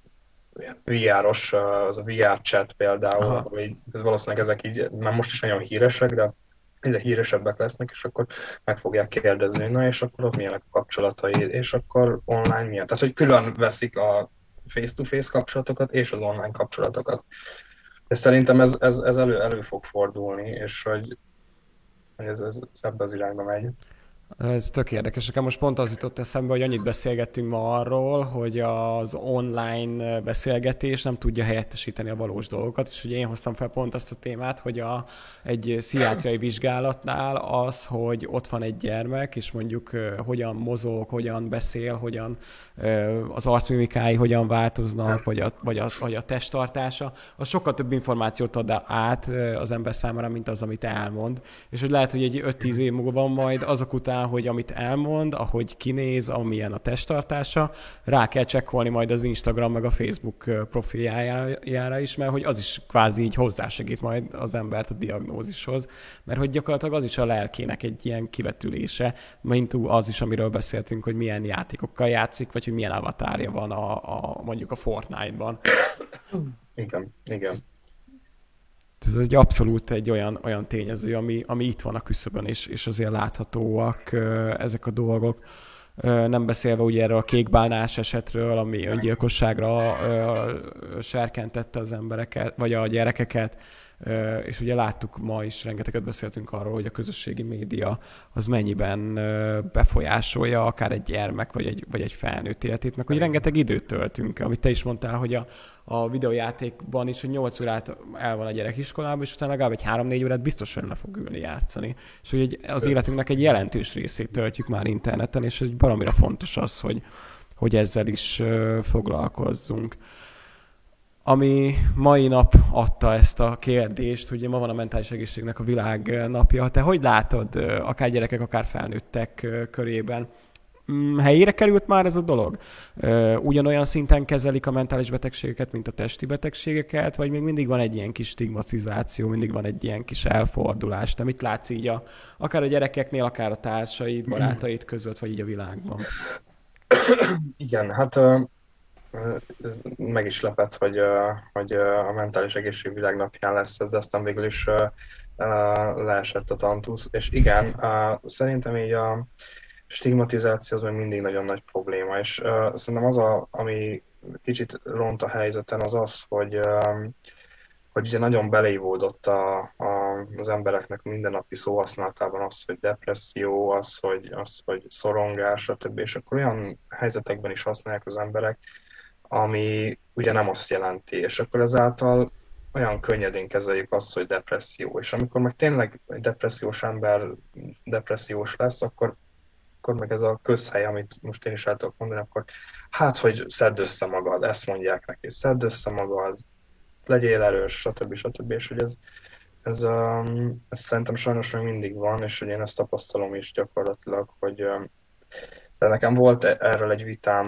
vé er-os, uh, az a vé er chat például, hogy valószínűleg ezek így, már most is nagyon híresek, de egyre híresebbek lesznek, és akkor meg fogják kérdezni, hogy na és akkor ott milyenek a kapcsolatai, és akkor online milyen. Tehát, hogy külön veszik a face-to-face kapcsolatokat és az online kapcsolatokat. És szerintem ez, ez, ez elő, elő fog fordulni, és hogy, hogy ez, ez ebbe az irányba megy. Ez tök érdekes. Nekem most pont az jutott eszembe, hogy annyit beszélgettünk ma arról, hogy az online beszélgetés nem tudja helyettesíteni a valós dolgokat, és ugye én hoztam fel pont azt a témát, hogy a, egy pszichiátriai vizsgálatnál az, hogy ott van egy gyermek, és mondjuk hogyan mozog, hogyan beszél, hogyan az arcmimikái hogyan változnak, vagy a, vagy, a, vagy a testtartása, az sokkal több információt ad át az ember számára, mint az, amit elmond. És hogy lehet, hogy egy öt-tíz év múlva majd azok után hozzá, hogy amit elmond, ahogy kinéz, amilyen a testtartása, rá kell csekkolni majd az Instagram meg a Facebook profiljára is, mert hogy az is kvázi így hozzásegít majd az embert a diagnózishoz, mert hogy gyakorlatilag az is a lelkének egy ilyen kivetülése, mint az is, amiről beszéltünk, hogy milyen játékokkal játszik, vagy hogy milyen avatárja van a, a mondjuk a Fortnite-ban. Igen, igen. Ez egy abszolút egy olyan, olyan tényező, ami, ami itt van a küszöbön, és, és azért láthatóak ezek a dolgok. Nem beszélve ugye erről a kékbálnás esetről, ami öngyilkosságra serkentette az embereket, vagy a gyerekeket, és ugye láttuk ma is, rengeteget beszéltünk arról, hogy a közösségi média az mennyiben befolyásolja akár egy gyermek, vagy egy, vagy egy felnőtt életét, meg hogy rengeteg időt töltünk, amit te is mondtál, hogy a, a videójátékban is, hogy nyolc órát el van a gyerek iskolában, és utána legalább egy három-négy órát biztosan le fog ülni játszani. És hogy az életünknek egy jelentős részét töltjük már interneten, és egy baromira fontos az, hogy, hogy ezzel is foglalkozzunk. Ami mai nap adta ezt a kérdést, ugye ma van a mentális egészségnek a világnapja. Te hogy látod, akár gyerekek, akár felnőttek körében? Helyére került már ez a dolog? Ugyanolyan szinten kezelik a mentális betegségeket, mint a testi betegségeket, vagy még mindig van egy ilyen kis stigmatizáció, mindig van egy ilyen kis elfordulás? Te mit látsz így a, akár a gyerekeknél, akár a társaid, barátaid között, vagy így a világban? Igen, hát ez meg is lepett, hogy, hogy a mentális egészség világnapján lesz ez, de aztán végül is leesett a tantusz. És igen, szerintem így a stigmatizáció az még mindig nagyon nagy probléma, és szerintem az, a, ami kicsit ront a helyzeten, az az, hogy, hogy ugye nagyon beleívódott a, a, az embereknek mindennapi szóhasználatában az, hogy depresszió, az, hogy, az, hogy szorongás, stb. És akkor olyan helyzetekben is használják az emberek, ami ugye nem azt jelenti, és akkor ezáltal olyan könnyedén kezeljük azt, hogy depresszió, és amikor meg tényleg egy depressziós ember depressziós lesz, akkor, akkor meg ez a közhely, amit most én is el tudok mondani, akkor hát, hogy szedd össze magad, ezt mondják neki, szedd össze magad, legyél erős, stb. stb. És hogy ez, ez, ez szerintem sajnos még mindig van, és hogy én ezt tapasztalom is gyakorlatilag, hogy de nekem volt erről egy vitám,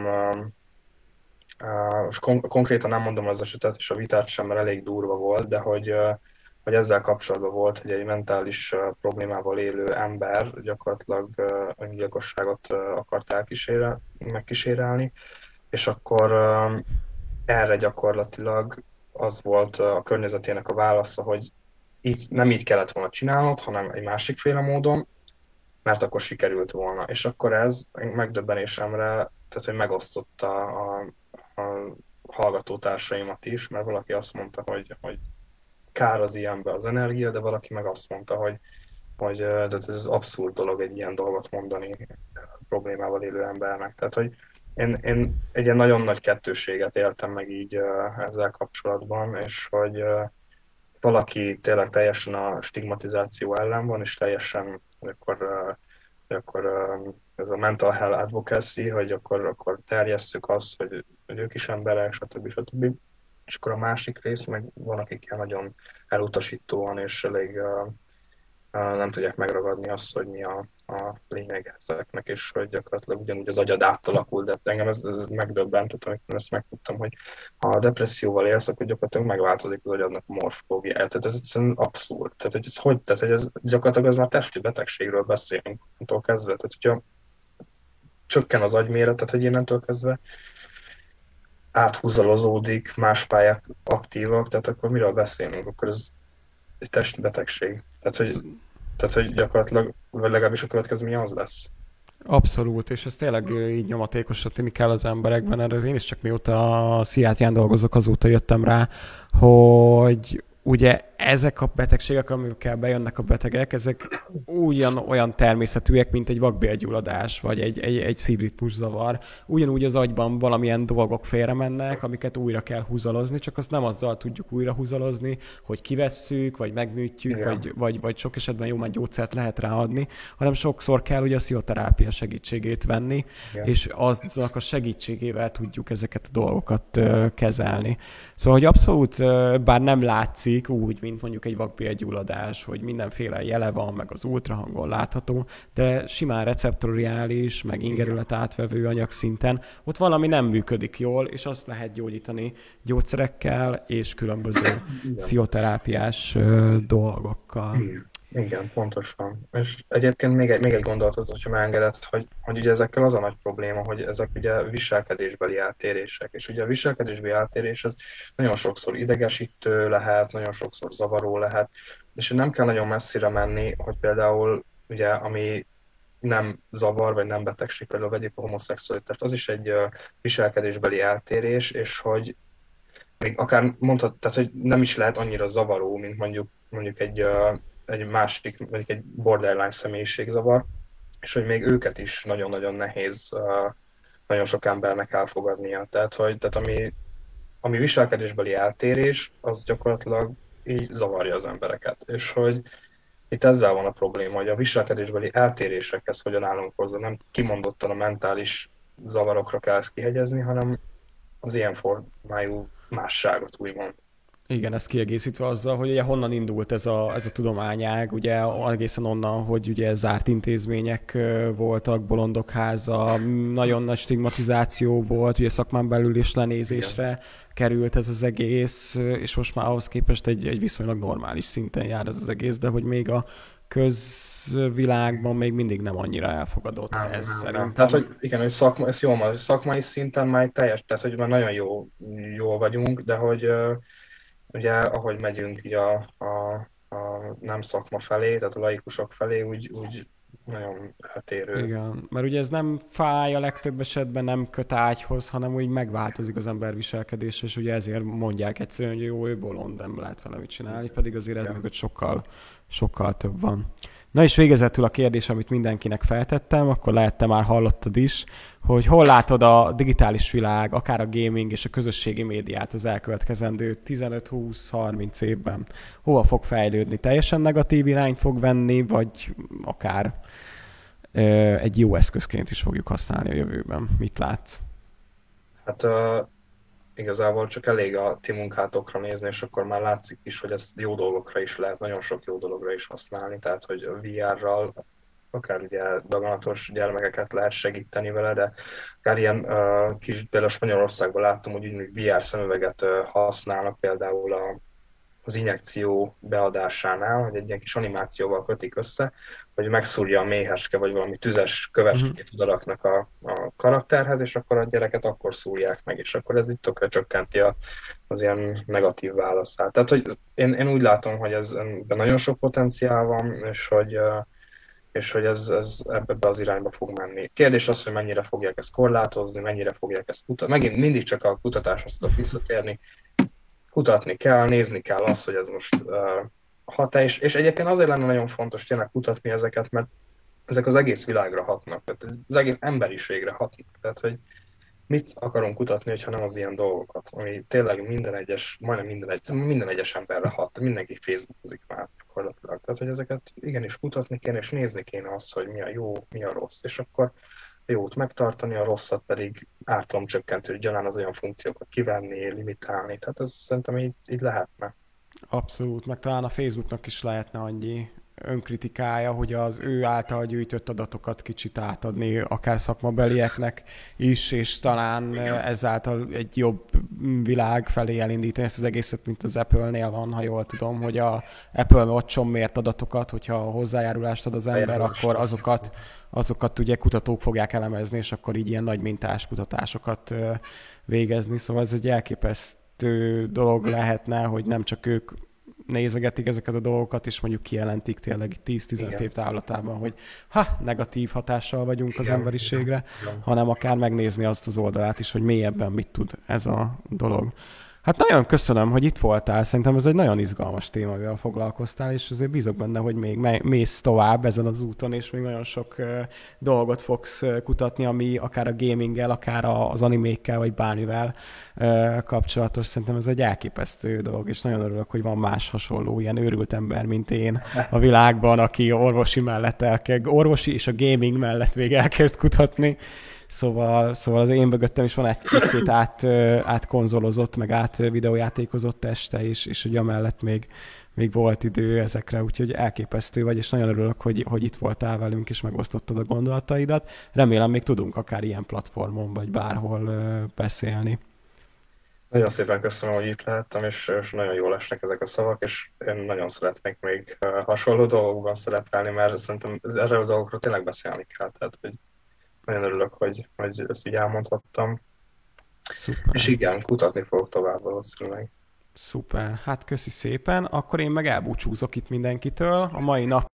és kon- konkrétan nem mondom az esetet, és a vitát sem, mert elég durva volt, de hogy, hogy ezzel kapcsolatban volt, hogy egy mentális problémával élő ember gyakorlatilag öngyilkosságot akart elkísérel, megkísérelni, és akkor erre gyakorlatilag az volt a környezetének a válasza, hogy így, nem így kellett volna csinálnod, hanem egy másikféle módon, mert akkor sikerült volna. És akkor ez megdöbbenésemre, tehát hogy megosztotta a, a hallgatótársaimat is, mert valaki azt mondta, hogy, hogy kár az ilyenbe az energia, de valaki meg azt mondta, hogy, hogy de ez abszurd dolog egy ilyen dolgot mondani problémával élő embernek. Tehát, hogy én, én egy ilyen nagyon nagy kettősséget éltem meg így ezzel kapcsolatban, és hogy valaki tényleg teljesen a stigmatizáció ellen van, és teljesen, hogy akkor, hogy akkor ez a mental health advocacy, hogy akkor, akkor terjesszük azt, hogy, hogy ők is emberek, stb. stb. És akkor a másik rész, meg van, akik nagyon elutasítóan és elég uh, uh, nem tudják megragadni azt, hogy mi a, a lényeg ezeknek, és hogy gyakorlatilag ugyanúgy az agyad átalakul, de engem ez, ez megdöbbentett, amikor ezt megtudtam, hogy ha a depresszióval élsz, akkor gyakorlatilag megváltozik az agyadnak a morfológiája. Tehát ez egyszerűen abszurd. Tehát, hogy ez hogy? Tehát, hogy ez gyakorlatilag ez már testi betegségről beszélünk, attól kezdve. Tehát, hogyha csökken az agyméret, tehát, hogy innentől kezdve áthúzalozódik, más pályák aktívak, tehát akkor miről beszélünk? Akkor ez egy testi betegség. Tehát, hogy, tehát, hogy gyakorlatilag, vagy legalábbis a következménye az lesz. Abszolút, és ez tényleg így nyomatékosra tűnik el az emberekben, erre én is csak mióta a Sziátyán dolgozok, azóta jöttem rá, hogy ugye ezek a betegségek, amikkel bejönnek a betegek, ezek ugyan olyan természetűek, mint egy vakbélgyulladás, vagy egy, egy, egy szívritmuszavar. Ugyanúgy az agyban valamilyen dolgok félremennek, amiket újra kell húzalozni, csak azt nem azzal tudjuk újra húzalozni, hogy kivesszük, vagy megműtjük, vagy, vagy, vagy sok esetben jó, már gyógyszert lehet ráadni, hanem sokszor kell ugye a pszichoterápia segítségét venni, igen. És aznak a segítségével tudjuk ezeket a dolgokat uh, kezelni. Szóval, hogy abszolút, uh, bár nem látszik, működik úgy, mint mondjuk egy vakbélgyulladás, hogy mindenféle jele van, meg az ultrahangon látható, de simán receptoriális, meg ingerület átvevő anyagszinten ott valami nem működik jól, és azt lehet gyógyítani gyógyszerekkel és különböző pszichoterápiás ö, dolgokkal. Igen. Igen, pontosan. És egyébként még egy, még egy gondolatot, hogyha megengedett, hogy, hogy ugye ezekkel az a nagy probléma, hogy ezek ugye viselkedésbeli eltérések. És ugye a viselkedésbeli eltérés az nagyon sokszor idegesítő lehet, nagyon sokszor zavaró lehet, és nem kell nagyon messzire menni, hogy például ugye, ami nem zavar, vagy nem betegség, például vegyük a homoszexualitást, az is egy uh, viselkedésbeli eltérés, és hogy még akár mondhat, tehát hogy nem is lehet annyira zavaró, mint mondjuk, mondjuk egy uh, egy másik, vagy egy borderline személyiségzavar, és hogy még őket is nagyon-nagyon nehéz uh, nagyon sok embernek elfogadnia. Tehát, hogy, tehát ami, ami viselkedésbeli eltérés, az gyakorlatilag így zavarja az embereket. És hogy itt ezzel van a probléma, hogy a viselkedésbeli eltérésekhez hogyan állunk hozzá, nem kimondottan a mentális zavarokra kell ezt kihegyezni, hanem az ilyen formájú másságot úgymond. Igen, ezt kiegészítve azzal, hogy ugye honnan indult ez a, ez a tudományág, ugye egészen onnan, hogy ugye zárt intézmények voltak, bolondok háza, nagyon nagy stigmatizáció volt, ugye szakmán belül is lenézésre igen. került ez az egész, és most már ahhoz képest egy, egy viszonylag normális szinten jár ez az egész, de hogy még a közvilágban még mindig nem annyira elfogadott nem, ez nem, szerintem. Nem. Tehát, hogy igen, hogy szakma, ez jó, hogy szakmai szinten már teljes, tehát, hogy már nagyon jó, jó vagyunk, de hogy ugye, ahogy megyünk így a, a, a nem szakma felé, tehát a laikusok felé, úgy, úgy nagyon eltérő. Igen, mert ugye ez nem fáj a legtöbb esetben, nem köt ágyhoz, hanem úgy megváltozik az ember viselkedés, és ugye ezért mondják egyszerűen, hogy jó, ő bolond, nem lehet vele mit csinálni, pedig azért ez mögött sokkal, sokkal több van. Na és végezetül a kérdés, amit mindenkinek feltettem, akkor lehet te már hallottad is, hogy hol látod a digitális világ, akár a gaming és a közösségi médiát az elkövetkezendő tizenöt húsz harminc évben. Hova fog fejlődni? Teljesen negatív irányt fog venni, vagy akár ö, egy jó eszközként is fogjuk használni a jövőben? Mit látsz? Hát uh, igazából csak elég a ti munkátokra nézni, és akkor már látszik is, hogy ezt jó dolgokra is lehet, nagyon sok jó dologra is használni, tehát hogy a vé er-ral akár ugye daganatos gyermekeket lehet segíteni vele, de akár ilyen uh, kis, például Spanyolországban láttam, hogy úgy vé er szemüveget uh, használnak például a, az injekció beadásánál, hogy egy ilyen kis animációval kötik össze, hogy megszúrja a méheske, vagy valami tüzes kövesét oda raknak a, a karakterhez, és akkor a gyereket akkor szúrják meg, és akkor ez itt tökre csökkenti a, az ilyen negatív válaszát. Tehát, hogy én, én úgy látom, hogy ez nagyon sok potenciál van, és hogy uh, és hogy ez, ez ebbe az irányba fog menni. Kérdés az, hogy mennyire fogják ezt korlátozni, mennyire fogják ezt kutatni. Megint mindig csak a kutatáshoz tudok visszatérni. Kutatni kell, nézni kell azt, hogy ez most uh, hat-e, és, és egyébként azért lenne nagyon fontos tényleg kutatni ezeket, mert ezek az egész világra hatnak, tehát az egész emberiségre hatnak. Tehát, hogy mit akarunk kutatni, hogyha nem az ilyen dolgokat, ami tényleg minden egyes, majdnem minden, egy, minden egyes emberre hat, mindenki Facebookozik már gyakorlatilag. Tehát, hogy ezeket igenis kutatni kéne, és nézni kéne azt, hogy mi a jó, mi a rossz, és akkor a jót megtartani, a rosszat pedig ártalomcsökkentő gyanán az olyan funkciókat kivenni, limitálni. Tehát ez szerintem így, így lehetne. Abszolút, meg talán a Facebooknak is lehetne annyi önkritikája, hogy az ő által gyűjtött adatokat kicsit átadni akár szakmabelieknek is, és talán igen. ezáltal egy jobb világ felé elindítani ezt az egészet, mint az Apple-nél van, ha jól tudom, hogy a Apple Watch-on mért adatokat, hogyha hozzájárulást ad az ember, akkor azokat, azokat ugye kutatók fogják elemezni, és akkor így ilyen nagy mintás kutatásokat végezni. Szóval ez egy elképesztő dolog lehetne, hogy nem csak ők nézegetik ezeket a dolgokat, és mondjuk kijelentik tényleg tíz-tizenöt év távlatában, hogy ha, negatív hatással vagyunk igen, az emberiségre, igen. hanem akár megnézni azt az oldalát is, hogy mélyebben mit tud ez a dolog. Hát nagyon köszönöm, hogy itt voltál, szerintem ez egy nagyon izgalmas téma, amivel foglalkoztál, és azért bízok benne, hogy még mész tovább ezen az úton, és még nagyon sok uh, dolgot fogsz uh, kutatni, ami akár a gaminggel, akár az animékkel, vagy bármivel uh, kapcsolatos. Szerintem ez egy elképesztő dolog, és nagyon örülök, hogy van más hasonló ilyen őrült ember, mint én a világban, aki orvosi mellett elkezd, orvosi és a gaming mellett még elkezd kutatni. Szóval, szóval az én mögöttem is van egy-két át, átkonzolozott, meg át videójátékozott este is, és hogy amellett még, még volt idő ezekre, úgyhogy elképesztő vagy, és nagyon örülök, hogy, hogy itt voltál velünk, és megosztottad a gondolataidat. Remélem még tudunk akár ilyen platformon, vagy bárhol beszélni. Nagyon szépen köszönöm, hogy itt lehettem, és, és nagyon jól esnek ezek a szavak, és én nagyon szeretnék még hasonló dolgokban szerepelni, mert szerintem erről a dolgokról tényleg beszélni kell. Tehát, hogy nagyon örülök, hogy, hogy ezt így elmondhattam. Szuper. És igen, kutatni fogok tovább valószínűleg. Szuper. Hát köszi szépen. Akkor én meg elbúcsúzok itt mindenkitől. A mai nap